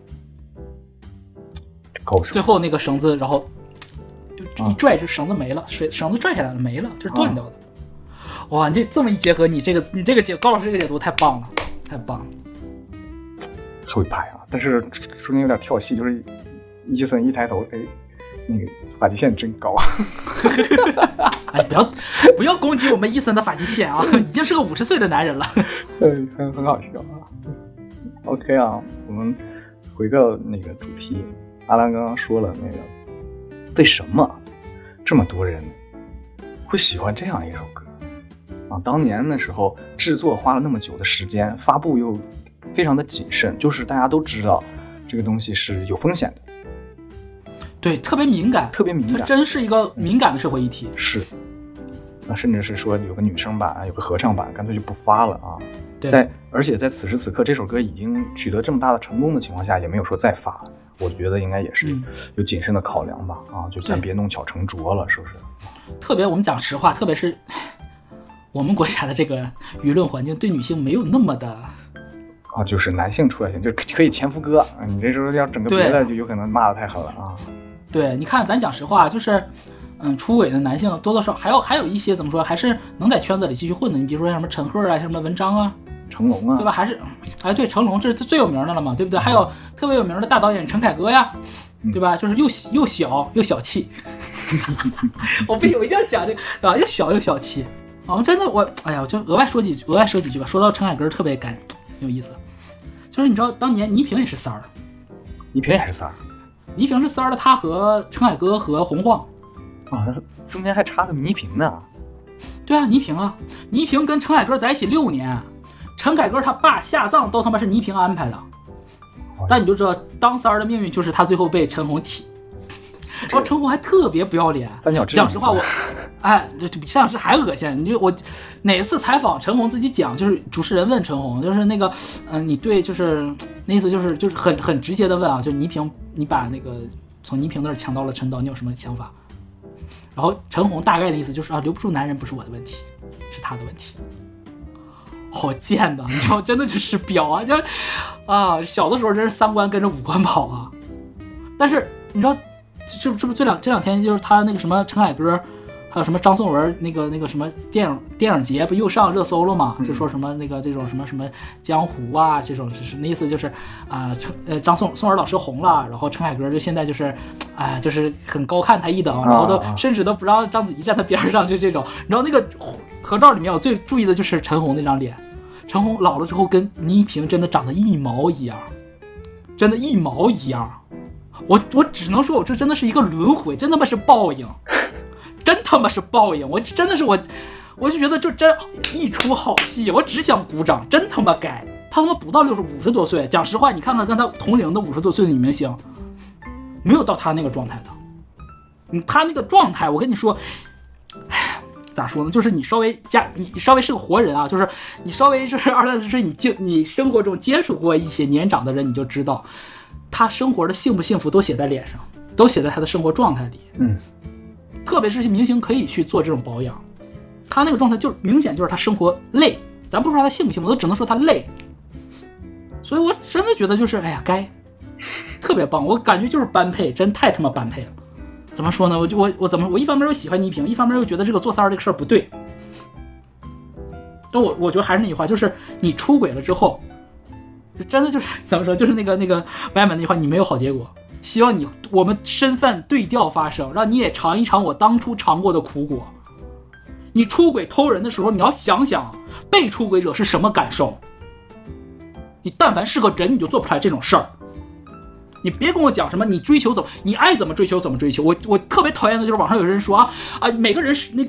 高手。 最后那个绳子，然后就一拽，这绳子没了，水绳子拽下来了，没了，就是断掉的。啊、哇，你这这么一结合，你这个你这个解高老师这个解读太棒了，太棒了。 会拍啊，但是中间有点跳戏，就是伊森一抬头，哎。那个发际线真高， 哎，不要不要攻击我们伊森的发际线啊，已经是个五十岁的男人了。 对，很很好笑啊。OK 啊，我们回到那个主题，阿兰刚刚说了那个，为什么这么多人会喜欢这样一首歌啊？当年的时候制作花了那么久的时间，发布又非常的谨慎，就是大家都知道这个东西是有风险的。 对，特别敏感， 特别敏感， 它真是一个敏感的社会议题。 是，那甚至是说有个女生版，有个合唱版，干脆就不发了啊。在而且在此时此刻，这首歌已经取得这么大的成功的情况下，也没有说再发。我觉得应该也是有谨慎的考量吧。嗯、啊，就咱别弄巧成拙了，是不是？ 特别我们讲实话，特别是我们国家的这个舆论环境对女性没有那么的。 啊，就是男性出来就可以前夫哥，你这时候要整个别的，就有可能骂得太狠了啊。 对，你看，咱讲实话，就是，嗯，出轨的男性多多少还有还有一些怎么说，还是能在圈子里继续混的。你比如说像什么陈赫啊，像什么文章啊， 成龙啊， 对吧？还是，哎，对，成龙这是最有名的了嘛，对不对？还有特别有名的大导演陈凯歌呀，对吧？就是又又小又小气，我不行，我一定要讲这个，对吧？又小又小气。啊，真的，我，哎呀，我就额外说几句，额外说几句吧。说到陈凯歌，特别感有意思。就是你知道当年倪萍也是三儿， 倪萍也是三儿， 倪萍是三儿的，他和陈凯歌和洪晃啊，中间还差个倪萍呢。 对啊，倪萍啊，倪萍跟陈凯歌在一起六年，陈凯歌他爸下葬都他妈是倪萍安排的。但你就知道当三儿的命运就是他最后被陈红踢，然后陈红还特别不要脸。 三角志， 讲实话我，哎，这比三角志还恶心。你就我哪次采访陈红自己讲，就是主持人问陈红，就是那个，嗯、呃，你对就是那意思就是就是很很直接的问啊，就倪萍，你把那个从倪萍那儿抢到了陈导，你有什么想法？然后陈红大概的意思就是啊，留不住男人不是我的问题，是他的问题。好贱的，你知道，真的就是婊啊！就啊，小的时候真是三观跟着五官跑啊。但是你知道，是不是不是这两这两天就是他那个什么陈凯歌，还有什么张颂文那个那个什么电影电影节不又上热搜了吗？就说什么那个这种什么什么江湖啊这种，就是那意思就是啊，陈、呃、呃张颂颂文老师红了，然后陈凯歌就现在就是啊、呃、就是很高看他一等，然后都甚至都不让章子怡站他边上，就这种。然后那个合照里面我最注意的就是陈红那张脸。陈红老了之后跟倪萍真的长得一毛一样，真的一毛一样。我我只能说，我这真的是一个轮回，真他妈是报应，真他妈是报应。我真的是我，我就觉得就真一出好戏，我只想鼓掌，真他妈该。他他妈不到六十五十多岁，讲实话，你看看跟他同龄的五十多岁的女明星，没有到他那个状态的。嗯，他那个状态，我跟你说，哎。咋说呢？就是你稍微加，你稍微是个活人啊，就是你稍微就是二三十岁，你就你生活中接触过一些年长的人，你就知道，他生活的幸不幸福都写在脸上，都写在他的生活状态里。 嗯， 特别是明星可以去做这种保养，他那个状态就明显就是他生活累，咱不说他幸不幸福，都只能说他累。所以我真的觉得就是，哎呀，该特别棒，我感觉就是般配，真太他妈般配了。怎么说呢？我就我我怎么我一方面又喜欢倪萍，一方面又觉得这个做三儿这个事儿不对。但我我觉得还是那句话，就是你出轨了之后，真的就是怎么说，就是那个那个外面那句话，你没有好结果。希望你我们身份对调发生，让你也尝一尝我当初尝过的苦果。你出轨偷人的时候，你要想想被出轨者是什么感受。你但凡是个人，你就做不出来这种事儿。你别跟我讲什么你追求怎么，你爱怎么追求怎么追求。我我特别讨厌的就是网上有人说啊啊，每个人是那个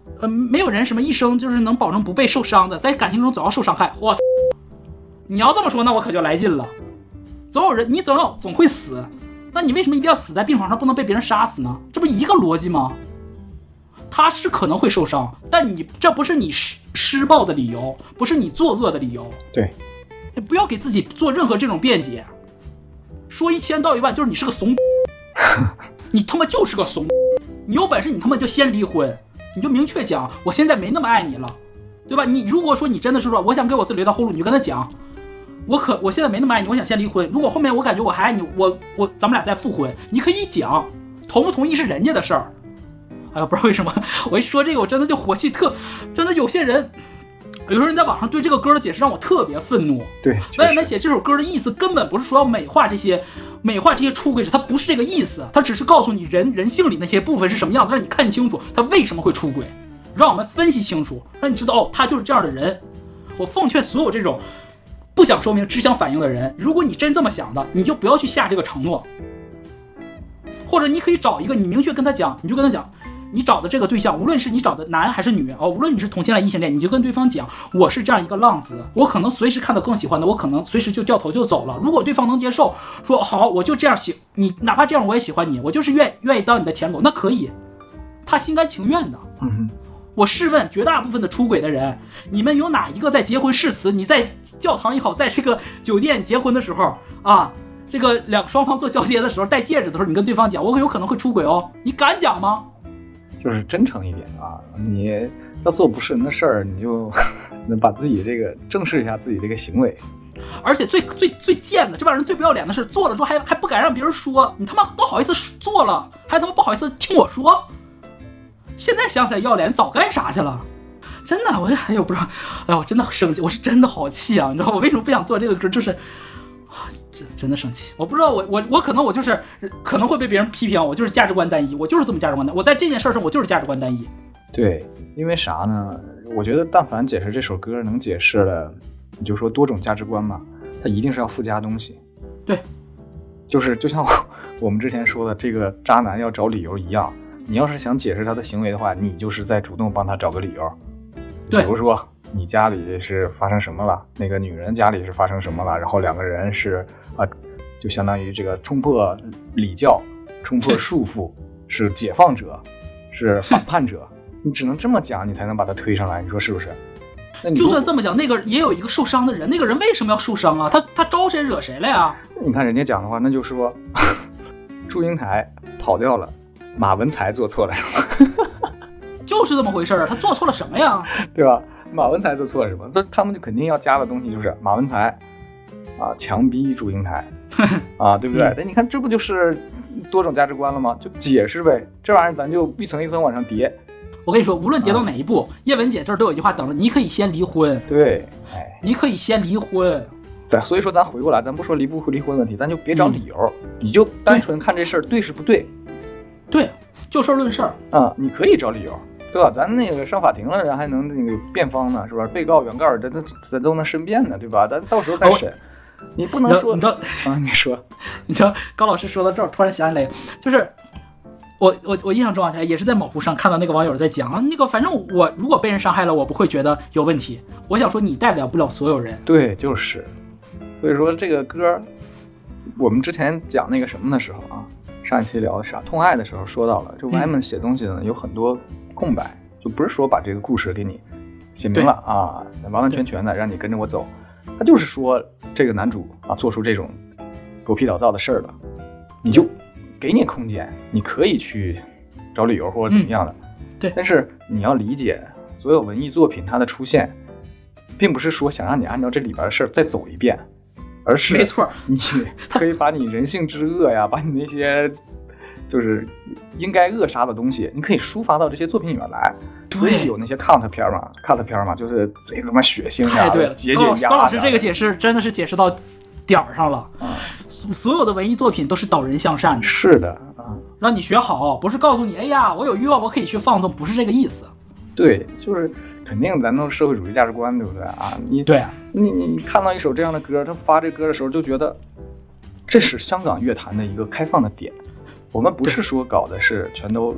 呃，没有人什么一生就是能保证不被受伤的，在感情中总要受伤害。哇，你要这么说，那我可就来劲了。总有人，你总要总会死，那你为什么一定要死在病床上，不能被别人杀死呢？这不一个逻辑吗？他是可能会受伤，但你这不是你施施暴的理由，不是你作恶的理由。 对， 你不要给自己做任何这种辩解，说一千道一万，就是你是个怂，你他妈就是个怂，你有本事你他妈就先离婚，你就明确讲，我现在没那么爱你了，对吧？你如果说你真的是说我想给我自己留条后路，你就跟他讲，我可我现在没那么爱你，我想先离婚。如果后面我感觉我还爱你，我我咱们俩再复婚，你可以讲，同不同意是人家的事儿。哎呀，不知道为什么我一说这个我真的就火气特，真的有些人，有些人在网上对这个歌的解释让我特别愤怒。 对， 导演们写这首歌的意思根本不是说要美化这些美化这些出轨者，他不是这个意思，他只是告诉你人人性里那些部分是什么样子，让你看清楚他为什么会出轨，让我们分析清楚，让你知道哦，他就是这样的人。我奉劝所有这种不想说明只想反应的人，如果你真这么想的，你就不要去下这个承诺，或者你可以找一个你明确跟他讲，你就跟他讲，你找的这个对象，无论是你找的男还是女哦，无论你是同性恋异性恋，你就跟对方讲，我是这样一个浪子，我可能随时看到更喜欢的，我可能随时就掉头就走了。如果对方能接受，说好我就这样喜你，哪怕这样我也喜欢你，我就是愿愿意当你的舔狗，那可以，他心甘情愿的。 嗯， 我试问绝大部分的出轨的人，你们有哪一个在结婚誓词，你在教堂也好，在这个酒店结婚的时候啊，这个两双方做交接的时候戴戒指的时候，你跟对方讲我有可能会出轨哦，你敢讲吗？ 就是真诚一点啊！你要做不是人的事儿，你就能把自己这个正视一下自己这个行为。 而且最最最贱的，这帮人最不要脸的是，做了之后还还不敢让别人说，你他妈都好意思做了，还他妈不好意思听我说。现在想起来要脸，早干啥去了？真的，我这哎呦不知道，哎呦我真的生气，我是真的好气啊！你知道我为什么不想做这个歌，就是。真真的生气，我不知道我我我可能我就是可能会被别人批评，我就是价值观单一，我就是这么价值观单一，我在这件事上我就是价值观单一。 对，因为啥呢？我觉得但凡解释这首歌能解释了，你就说多种价值观嘛，它一定是要附加东西。 对， 就是就像 我, 我们之前说的这个渣男要找理由一样，你要是想解释他的行为的话，你就是在主动帮他找个理由。 对， 比如说你家里是发生什么了，那个女人家里是发生什么了，然后两个人是啊，就相当于这个冲破礼教，冲破束缚，是解放者，是反叛者，你只能这么讲，你才能把他推上来，你说是不是？那你就算这么讲，那个也有一个受伤的人，那个人为什么要受伤啊？他他招谁惹谁了呀？ 你看人家讲的话，那就说祝英台跑掉了，马文才做错了什么？ 就是这么回事儿，他做错了什么呀？ 对吧？马文才做错了什么？这他们就肯定要加的东西就是马文才啊，强逼祝英台啊，对不对？那、嗯、你看这不就是多种价值观了吗？就解释呗，这玩意儿咱就一层一层往上叠。 我跟你说，无论叠到哪一步，啊、叶文姐这儿都有一句话等着，你可以先离婚。 对，哎， 你可以先离婚。 咱所以说咱回过来，咱不说离不离婚问题，咱就别找理由，嗯、你就单纯看这事儿对是不对。 对，就事论事儿啊，你可以找理由。对吧？咱那个上法庭了，人还能那个辩方呢，是吧？被告、原告，这都咱都能申辩呢，对吧？咱到时候再审。哦、你不能说， 你知道啊？你说， 你知道高老师说到这儿，突然想起来，就是我我我印象中啊，也是在某乎上看到那个网友在讲啊，那个反正我如果被人伤害了，我不会觉得有问题。我想说，你代表不了所有人。 对，就是。所以说这个歌，我们之前讲那个什么的时候啊，上一期聊的啥痛爱的时候说到了，就 Y 们写东西呢、嗯、有很多。空白就不是说把这个故事给你写明了啊，完完全全的让你跟着我走，他就是说这个男主啊做出这种狗屁倒灶的事儿了，你就给你空间，你可以去找理由或者怎么样的、 嗯、对， 但是你要理解所有文艺作品它的出现并不是说想让你按照这里边的事儿再走一遍，而是没错， 你可以把你人性之恶呀，把你那些就是应该扼杀的东西，你可以抒发到这些作品里面来。所以有那些 cut 片嘛 ，cut 片嘛，就是贼他妈血腥呀， 太对了， 节节压。 高老师这个解释真的是解释到点儿上了。啊、所有的文艺作品都是导人向善的。 是的啊， 让你学好，不是告诉你，哎呀，我有欲望，我可以去放纵，不是这个意思。 对，就是肯定咱都是社会主义价值观，对不对啊？你对啊， 你你你看到一首这样的歌，他发这歌的时候就觉得，这是香港乐坛的一个开放的点。我们不是说搞的是全都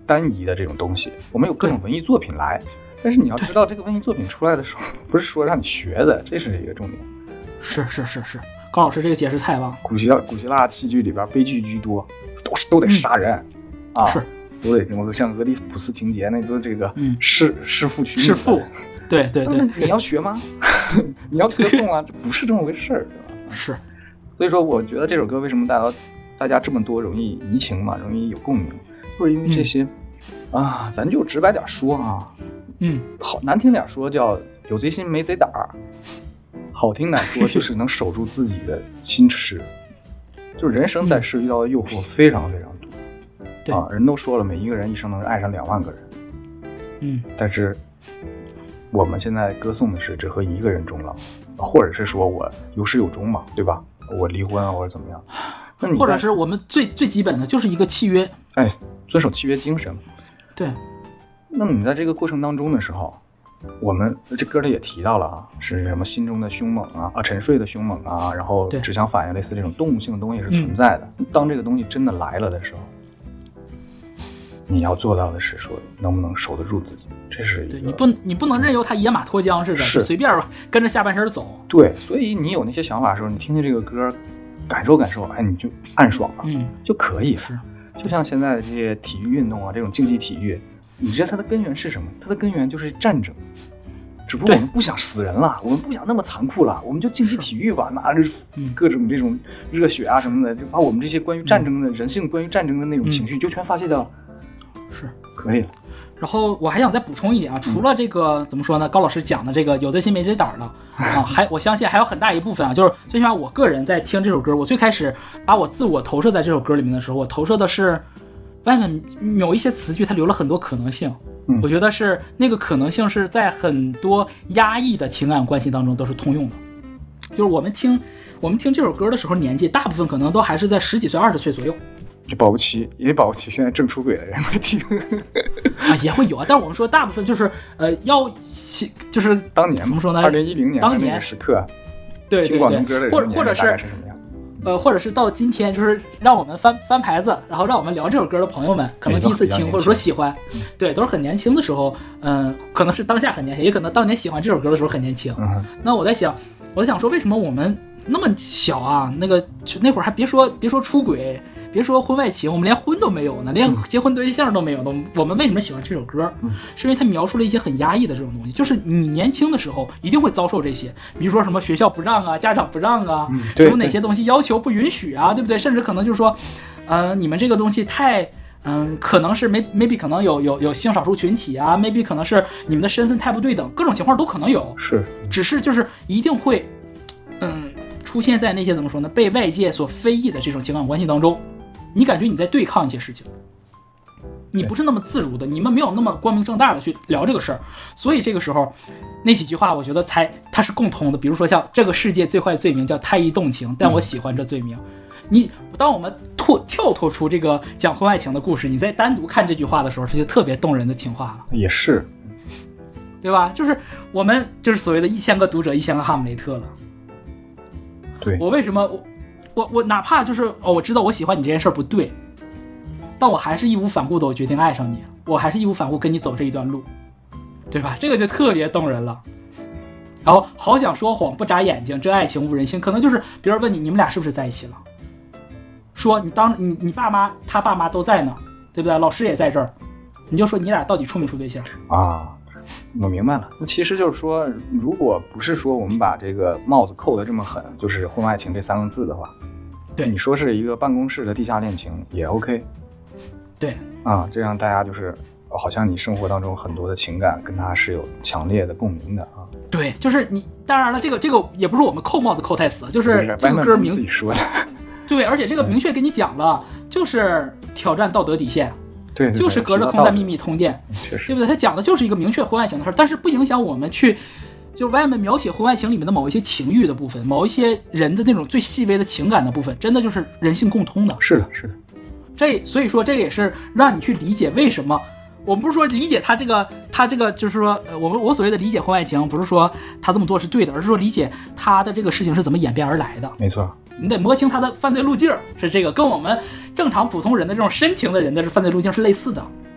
单一的这种东西，我们有各种文艺作品来，但是你要知道这个文艺作品出来的时候，不是说让你学的，这是一个重点。 是是是是，高老师这个解释太棒。 古希腊古希腊戏剧里边悲剧居多，都是都得杀人、嗯、啊， 是都得像俄狄浦斯情节那都这个弑弑父娶女， 弑父，对对对， 那你要学吗？你要歌颂啊，这不是这么回事儿，对吧？ 是， 所以说我觉得这首歌为什么大家大家这么多容易移情嘛，容易有共鸣，就是因为这些、嗯、啊，咱就直白点说啊， 嗯， 好难听点说叫有贼心没贼胆儿，好听点说就是能守住自己的心持。就是人生在世遇到的诱惑非常非常多， 对啊，人都说了，每一个人一生能爱上两万个人， 嗯， 但是我们现在歌颂的是只和一个人终老，或者是说我有始有终嘛，对吧？我离婚啊，或者怎么样？那你或者是我们最最基本的就是一个契约， 哎，遵守契约精神。 对。 那么你在这个过程当中的时候，我们这歌里也提到了啊，是什么心中的凶猛啊，啊沉睡的凶猛啊，然后只想反映类似这种动物性的东西是存在的。嗯、当这个东西真的来了的时候，你要做到的是说能不能守得住自己，这是一个你不你不能任由它野马脱缰似的， 是随便跟着下半身走。 对，所以你有那些想法的时候，你听听这个歌，感受感受，哎，你就暗爽了， 嗯， 就可以了。 是， 就像现在的这些体育运动啊，这种竞技体育。你知道它的根源是什么？它的根源就是战争，只不过我们不想死人了，我们不想那么残酷了，我们就竞技体育吧，拿着各种这种热血啊什么的，就把我们这些关于战争的、嗯、人性关于战争的那种情绪就全发泄掉了， 是可以了。 然后我还想再补充一点啊，除了这个、嗯、怎么说呢？高老师讲的这个有贼心没贼胆的啊，还我相信还有很大一部分啊，就是最起码我个人在听这首歌，我最开始把我自我投射在这首歌里面的时候，我投射的是。外面有一些词句它留了很多可能性、嗯、我觉得是那个可能性是在很多压抑的情感关系当中都是通用的。就是我们听我们听这首歌的时候，年纪大部分可能都还是在十几岁二十岁左右。 保不齐也保不齐现在正出轨的人在听啊，也会有啊，但是我们说大部分就是呃要就是当年怎么说呢？ 二零一零年当年那个时刻， 对对对， 听广东歌的人或者或者是是什么样？ 呃，或者是到今天，就是让我们翻翻牌子，然后让我们聊这首歌的朋友们，可能第一次听或者说喜欢，对，都是很年轻的时候，嗯、呃，可能是当下很年轻，也可能当年喜欢这首歌的时候很年轻。 嗯、 那我在想，我在想说，为什么我们那么小啊？那个那会儿还别说别说出轨，别说婚外情，我们连婚都没有呢，连结婚对象都没有呢。我们为什么喜欢这首歌？是因为它描述了一些很压抑的这种东西，就是你年轻的时候一定会遭受这些，比如说什么学校不让啊，家长不让啊， 嗯、 什么哪些东西要求不允许啊，对不对？甚至可能就是说，呃，你们这个东西太。嗯，可能是 maybe 可能有有有性少数群体啊 ，maybe 可能是你们的身份太不对等，各种情况都可能有。 是， 只是就是一定会，嗯，出现在那些怎么说呢？被外界所非议的这种情感关系当中，你感觉你在对抗一些事情，你不是那么自如的，你们没有那么光明正大的去聊这个事儿，所以这个时候那几句话，我觉得才它是共通的。比如说像这个世界最坏罪名叫太易动情，但我喜欢这罪名。嗯你当我们脱跳脱出这个讲婚外情的故事，你再单独看这句话的时候，这就特别动人的情话了。 也是， 对吧？就是我们就是所谓的一千个读者，一千个哈姆雷特了。 对， 我为什么我我我哪怕就是哦，我知道我喜欢你这件事不对，但我还是义无反顾的，我决定爱上你，我还是义无反顾跟你走这一段路，对吧？这个就特别动人了。然后好想说谎，不眨眼睛，这爱情无人性，可能就是别人问你，你们俩是不是在一起了？说你当你你爸妈他爸妈都在呢，对不对？老师也在这儿，你就说你俩到底处没处对象啊？我明白了，那其实就是说，如果不是说我们把这个帽子扣得这么狠，就是婚外情这三个字的话， 对， 你说是一个办公室的地下恋情也 OK， 对啊，这样大家就是好像你生活当中很多的情感跟他是有强烈的共鸣的啊。 对，就是你，当然了，这个这个也不是我们扣帽子扣太死，就是这个歌名自己说的。 对，而且这个明确给你讲了，就是挑战道德底线， 对， 就是隔着空在秘密通电，对不对？他讲的就是一个明确婚外情的事，但是不影响我们去，就是外面描写婚外情里面的某一些情欲的部分，某一些人的那种最细微的情感的部分，真的就是人性共通的。 是的，是的。 这所以说，这个也是让你去理解为什么。我们不是说理解他这个，他这个就是说，呃，我们我所谓的理解婚外情，不是说他这么做是对的，而是说理解他的这个事情是怎么演变而来的。 没错。 你得摸清他的犯罪路径，是这个跟我们正常普通人的这种深情的人的犯罪路径是类似的。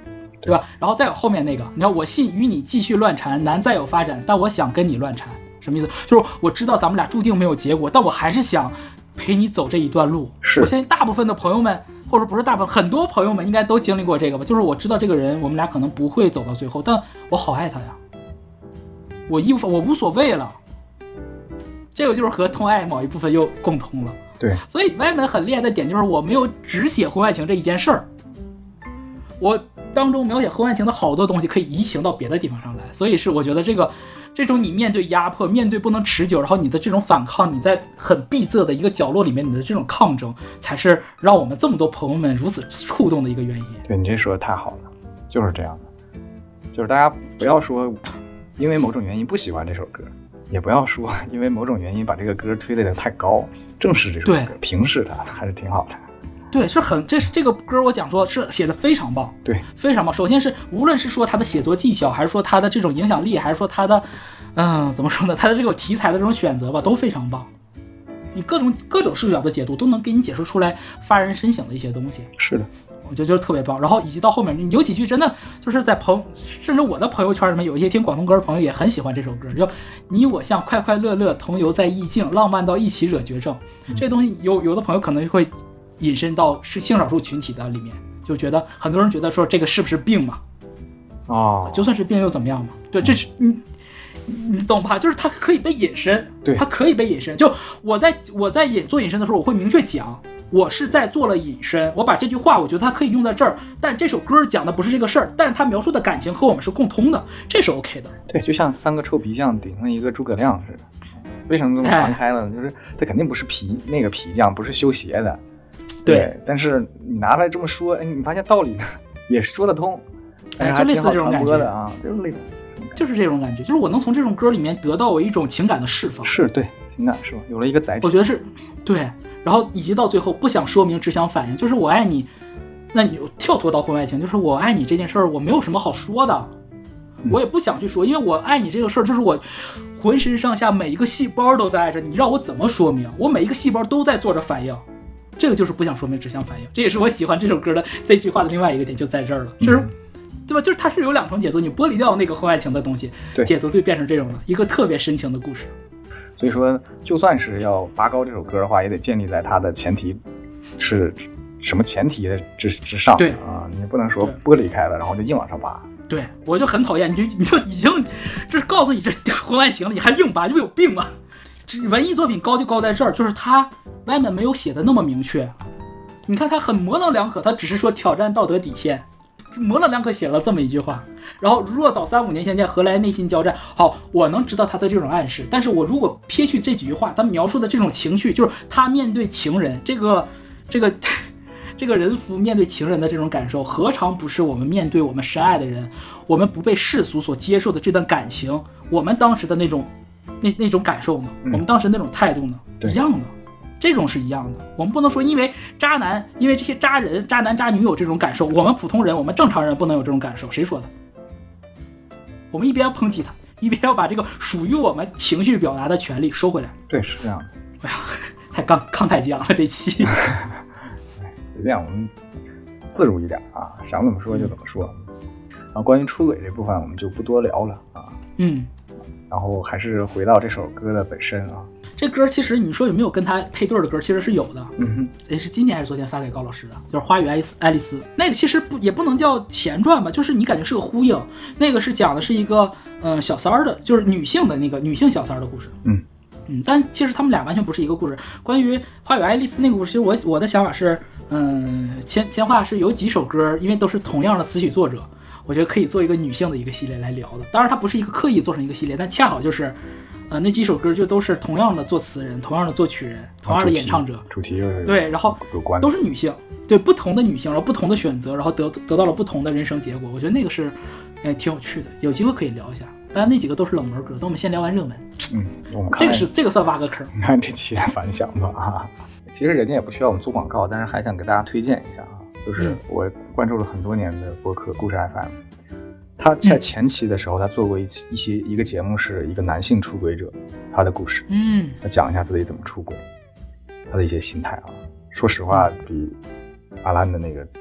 对吧？然后再有后面那个，你看我信与你继续乱缠，难再有发展，但我想跟你乱缠，什么意思？就是我知道咱们俩注定没有结果，但我还是想陪你走这一段路。 是， 我相信大部分的朋友们，或者不是大部分，很多朋友们应该都经历过这个吧？就是我知道这个人，我们俩可能不会走到最后，但我好爱他呀，我义无我无所谓了。这个就是和同爱某一部分又共通了。 对， 所以歪门很厉害的点就是我没有只写婚外情这一件事儿，我当中描写婚外情的好多东西可以移情到别的地方上来，所以是我觉得这个这种你面对压迫，面对不能持久，然后你的这种反抗，你在很闭塞的一个角落里面，你的这种抗争，才是让我们这么多朋友们如此触动的一个原因。 对，你这说的太好了，就是这样的，就是大家不要说因为某种原因不喜欢这首歌，也不要说因为某种原因把这个歌推得太高，正视这首歌，平视它还是挺好的。 对，是很这这个歌我讲说是写的非常棒， 对， 非常棒。首先是无论是说他的写作技巧，还是说他的这种影响力，还是说他的，嗯、呃，怎么说呢？他的这个题材的这种选择吧，都非常棒。你各种各种视角的解读，都能给你解释出来发人深省的一些东西。 是的， 我觉得就是特别棒。然后以及到后面有几句真的就是在朋，甚至我的朋友圈里面有一些听广东歌的朋友也很喜欢这首歌，就你我像快快乐乐同游在意境，浪漫到一起惹绝症。嗯、这东西有有的朋友可能会引申到是性少数群体的里面，就觉得很多人觉得说这个是不是病嘛？ 哦， 就算是病又怎么样嘛？对，这是你你懂吧？就是它可以被引申， 对， 它可以被引申。就我在我在引做引申的时候，我会明确讲，我是在做了引申，我把这句话我觉得它可以用在这儿，但这首歌讲的不是这个事儿，但是它描述的感情和我们是共通的，这是 OK 的。 对，就像三个臭皮匠顶上一个诸葛亮似的。为什么这么传开了呢？就是它肯定不是皮那个皮匠，不是修鞋的。对, 对，但是你拿来这么说，哎，你发现道理呢也说得通， 哎，就类似这种感觉的啊，就是那种， 就是这种感觉，就是我能从这种歌里面得到我一种情感的释放， 是对情感释放，有了一个载体， 我觉得是对，然后以及到最后不想说明，只想反应，就是我爱你，那你跳脱到婚外情，就是我爱你这件事儿，我没有什么好说的，我也不想去说，因为我爱你这个事儿，就是我浑身上下每一个细胞都在爱着你，让我怎么说明？我每一个细胞都在做着反应。这个就是不想说明，只想反应，这也是我喜欢这首歌的这句话的另外一个点，就在这儿了，就是，嗯、对吧？就是它是有两重解读，你剥离掉那个婚外情的东西，解读就变成这种了，一个特别深情的故事。 所以说，就算是要拔高这首歌的话，也得建立在它的前提是什么前提的之之上， 对啊，你不能说剥离开了，然后就硬往上拔。 对，我就很讨厌，你就你就已经这是告诉你这婚外情了，你还硬拔，你不有病吗？文艺作品高就高在这儿，就是他歪门没有写的那么明确。你看他很模棱两可，他只是说挑战道德底线，模棱两可写了这么一句话。然后若早三五年相见，何来内心交战？好，我能知道他的这种暗示，但是我如果撇去这几句话，他描述的这种情绪，就是他面对情人，这个这个这个人夫面对情人的这种感受，何尝不是我们面对我们深爱的人，我们不被世俗所接受的这段感情，我们当时的那种。那那种感受呢？我们当时那种态度呢？ 嗯、 一样的，这种是一样的。我们不能说因为渣男，因为这些渣人、渣男、渣女有这种感受，我们普通人、我们正常人不能有这种感受。谁说的？我们一边要抨击他，一边要把这个属于我们情绪表达的权利收回来。 对，是这样的。 哎呀，太刚慷慨激昂了这期。 随便我们自如一点啊，想怎么说就怎么说。啊，关于出轨这部分我们就不多聊了啊。 嗯。 然后还是回到这首歌的本身啊， 这歌其实你说有没有跟他配对的歌，其实是有的。 嗯哼， 也是今年还是昨天发给高老师的，就是《花与爱丽丝》。爱丽丝那个其实不也不能叫前传吧，就是你感觉是个呼应。那个是讲的是一个嗯、呃、小三儿的，就是女性的那个女性小三儿的故事。 嗯嗯，但其实他们俩完全不是一个故事。关于《花与爱丽丝》那个故事，其实我我的想法是，嗯，前前话是有几首歌，因为都是同样的词曲作者。我觉得可以做一个女性的一个系列来聊的，当然它不是一个刻意做成一个系列，但恰好就是，呃，那几首歌就都是同样的作词人、同样的作曲人、同样的演唱者， 主题就是对，然后都是女性，对不同的女性，然后不同的选择，然后得得到了不同的人生结果。我觉得那个是，哎，挺有趣的，有机会可以聊一下。当然那几个都是冷门歌，等我们先聊完热门。 嗯，我们看这个是这个算挖个坑。 你看这期的反响吧啊，其实人家也不需要我们做广告，但是还想给大家推荐一下啊，就是我关注了很多年的播客故事 F M。他在前期的时候，他做过一期一些一个节目，是一个男性出轨者他的故事， 嗯， 他讲一下自己怎么出轨，他的一些心态啊。说实话，比阿兰的那个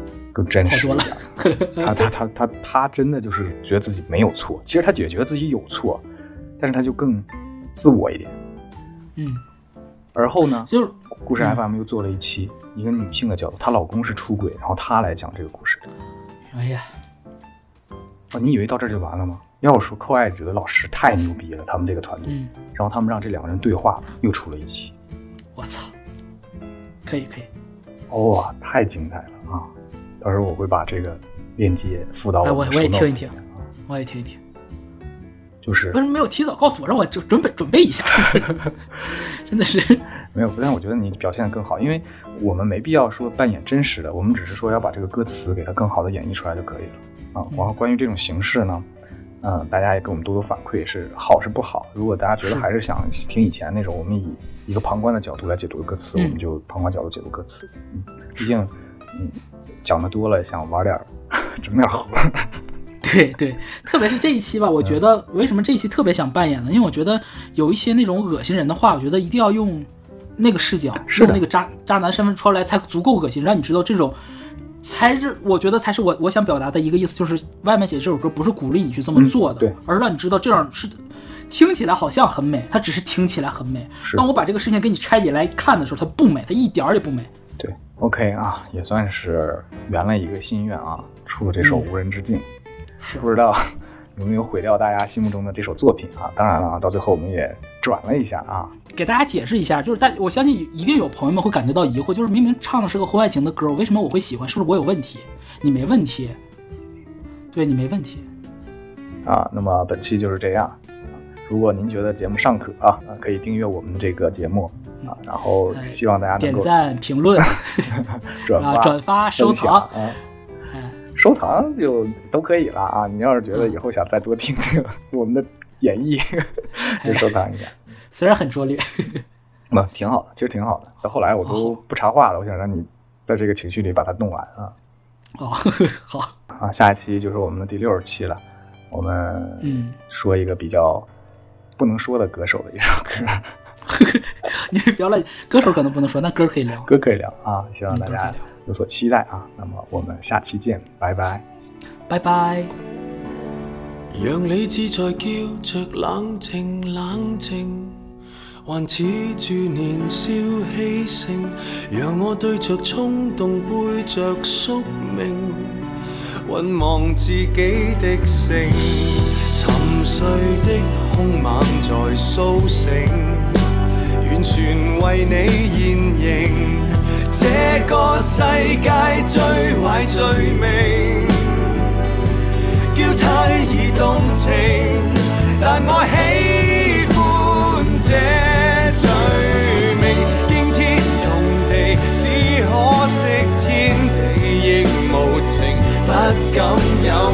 更真实一点。他他他他他真的就是觉得自己没有错，其实他也觉得自己有错，但是他就更自我一点。 嗯， 而后呢， 就是故事 F M 又做了一期、嗯、一个女性的角度，她老公是出轨，然后她来讲这个故事。 哎呀， 哦，你以为到这就完了吗？要说寇爱哲老师太牛逼了，他们这个团队， 嗯， 然后他们让这两个人对话，又出了一期。 我操，可以可以， 哇、哦，太精彩了啊！到时候我会把这个链接附到我我我也听一听， 啊、 我也听一听。 就是为什么没有提早告诉我，让我就准备准备一下？真的是没有，但我觉得你表现得更好，因为我们没必要说扮演真实的，我们只是说要把这个歌词给它更好的演绎出来就可以了啊。然后关于这种形式呢，嗯、呃，大家也给我们多多反馈，是好是不好。如果大家觉得还是想听以前那种，我们以一个旁观的角度来解读歌词，嗯、我们就旁观角度解读歌词。嗯，毕竟嗯讲的多了，想玩点整点活。 对对，特别是这一期吧，我觉得为什么这一期特别想扮演呢？因为我觉得有一些那种恶心人的话，我觉得一定要用那个视角，用那个渣渣男身份出来才足够恶心，让你知道这种才是我觉得才是我我想表达的一个意思，就是外面写这首歌不是鼓励你去这么做的， 嗯、对， 而是让你知道这样是听起来好像很美，它只是听起来很美。当我把这个事情给你拆解来看的时候，它不美，它一点也不美。 对 ，OK 啊，也算是圆了一个心愿啊，出了这首《无人之境》。嗯，不知道有没有毁掉大家心目中的这首作品啊？当然了啊，到最后我们也转了一下啊， 给大家解释一下，就是大我相信一定有朋友们会感觉到疑惑，就是明明唱的是个婚外情的歌，为什么我会喜欢？是不是我有问题？你没问题，对你没问题啊。那么本期就是这样，如果您觉得节目尚可啊，可以订阅我们的这个节目啊，然后希望大家能够点赞、评论、 转发、 啊、转发、收藏啊。收藏就都可以了啊！你要是觉得以后想再多听听我们的演绎，就收藏一下。 虽然很拙劣， 不挺好的，其实挺好的。到后来我都不插话了，我想让你在这个情绪里把它弄完啊。 哦，好啊，下一期就是我们的第六十期了，我们嗯说一个比较不能说的歌手的一首歌。 你不要乱，歌手可能不能说，但歌可以聊， 歌可以聊啊！希望大家有所期待啊！那么我们下期见，拜拜， 拜拜。 讓理智在叫着冷靜冷靜，還恃住年少氣盛，讓我對着衝動背着宿命，渾忘自己的性，沉睡的兇猛在甦醒，完全為你現形，這個世界最壞罪名，叫太易動情，但我喜歡這罪名，驚天動地，只可惜天地亦無情，不敢有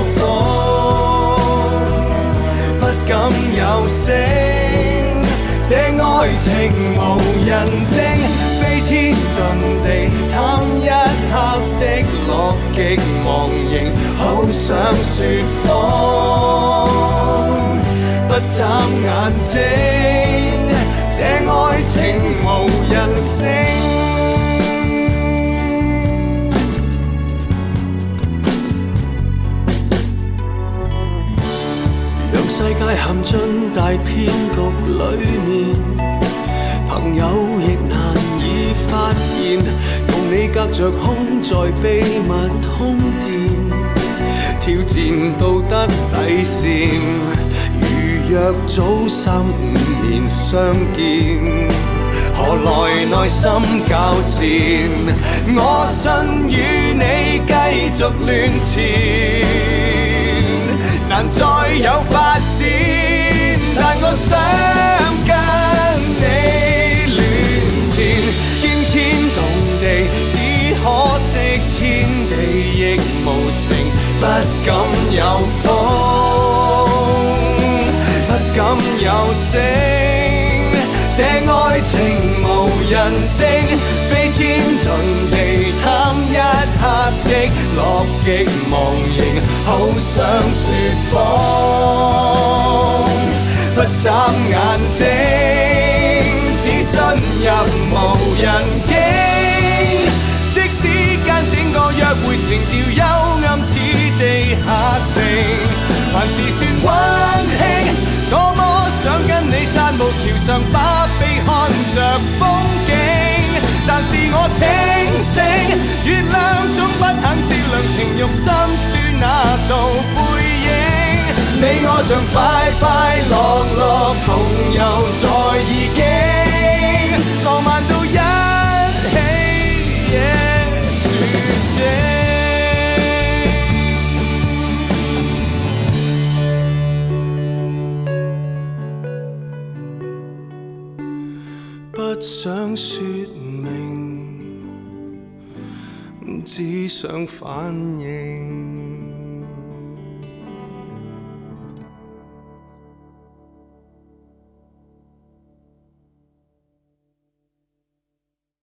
風，不敢有聲，這愛情無人證，飛天遁地，貪一刻的樂極忘形，好想說謊，不眨眼睛，這愛情無人性。讓世界陷進大騙局裏面，朋友亦難以發現，共你隔着空在秘密通電，挑戰道德底線，如若早三五年相見，何來內心交戰？我信與你繼續亂纏，難再有發展，但我想跟你亂纏，驚天動地，只可惜天地亦無情，不敢有風，不敢有聲，這愛情無人證，飛天遁地，貪一刻的樂極忘形，好想說謊，不眨眼睛，似進入無人境，即使間整個約會情凡事算溫馨，多麼想跟你散步橋上把臂看着風景，但是我清醒，月亮總不肯照亮情慾深處那道背影，你我像快快樂樂同遊在意境，浪漫到一起也絕境。不想說明，只想反應。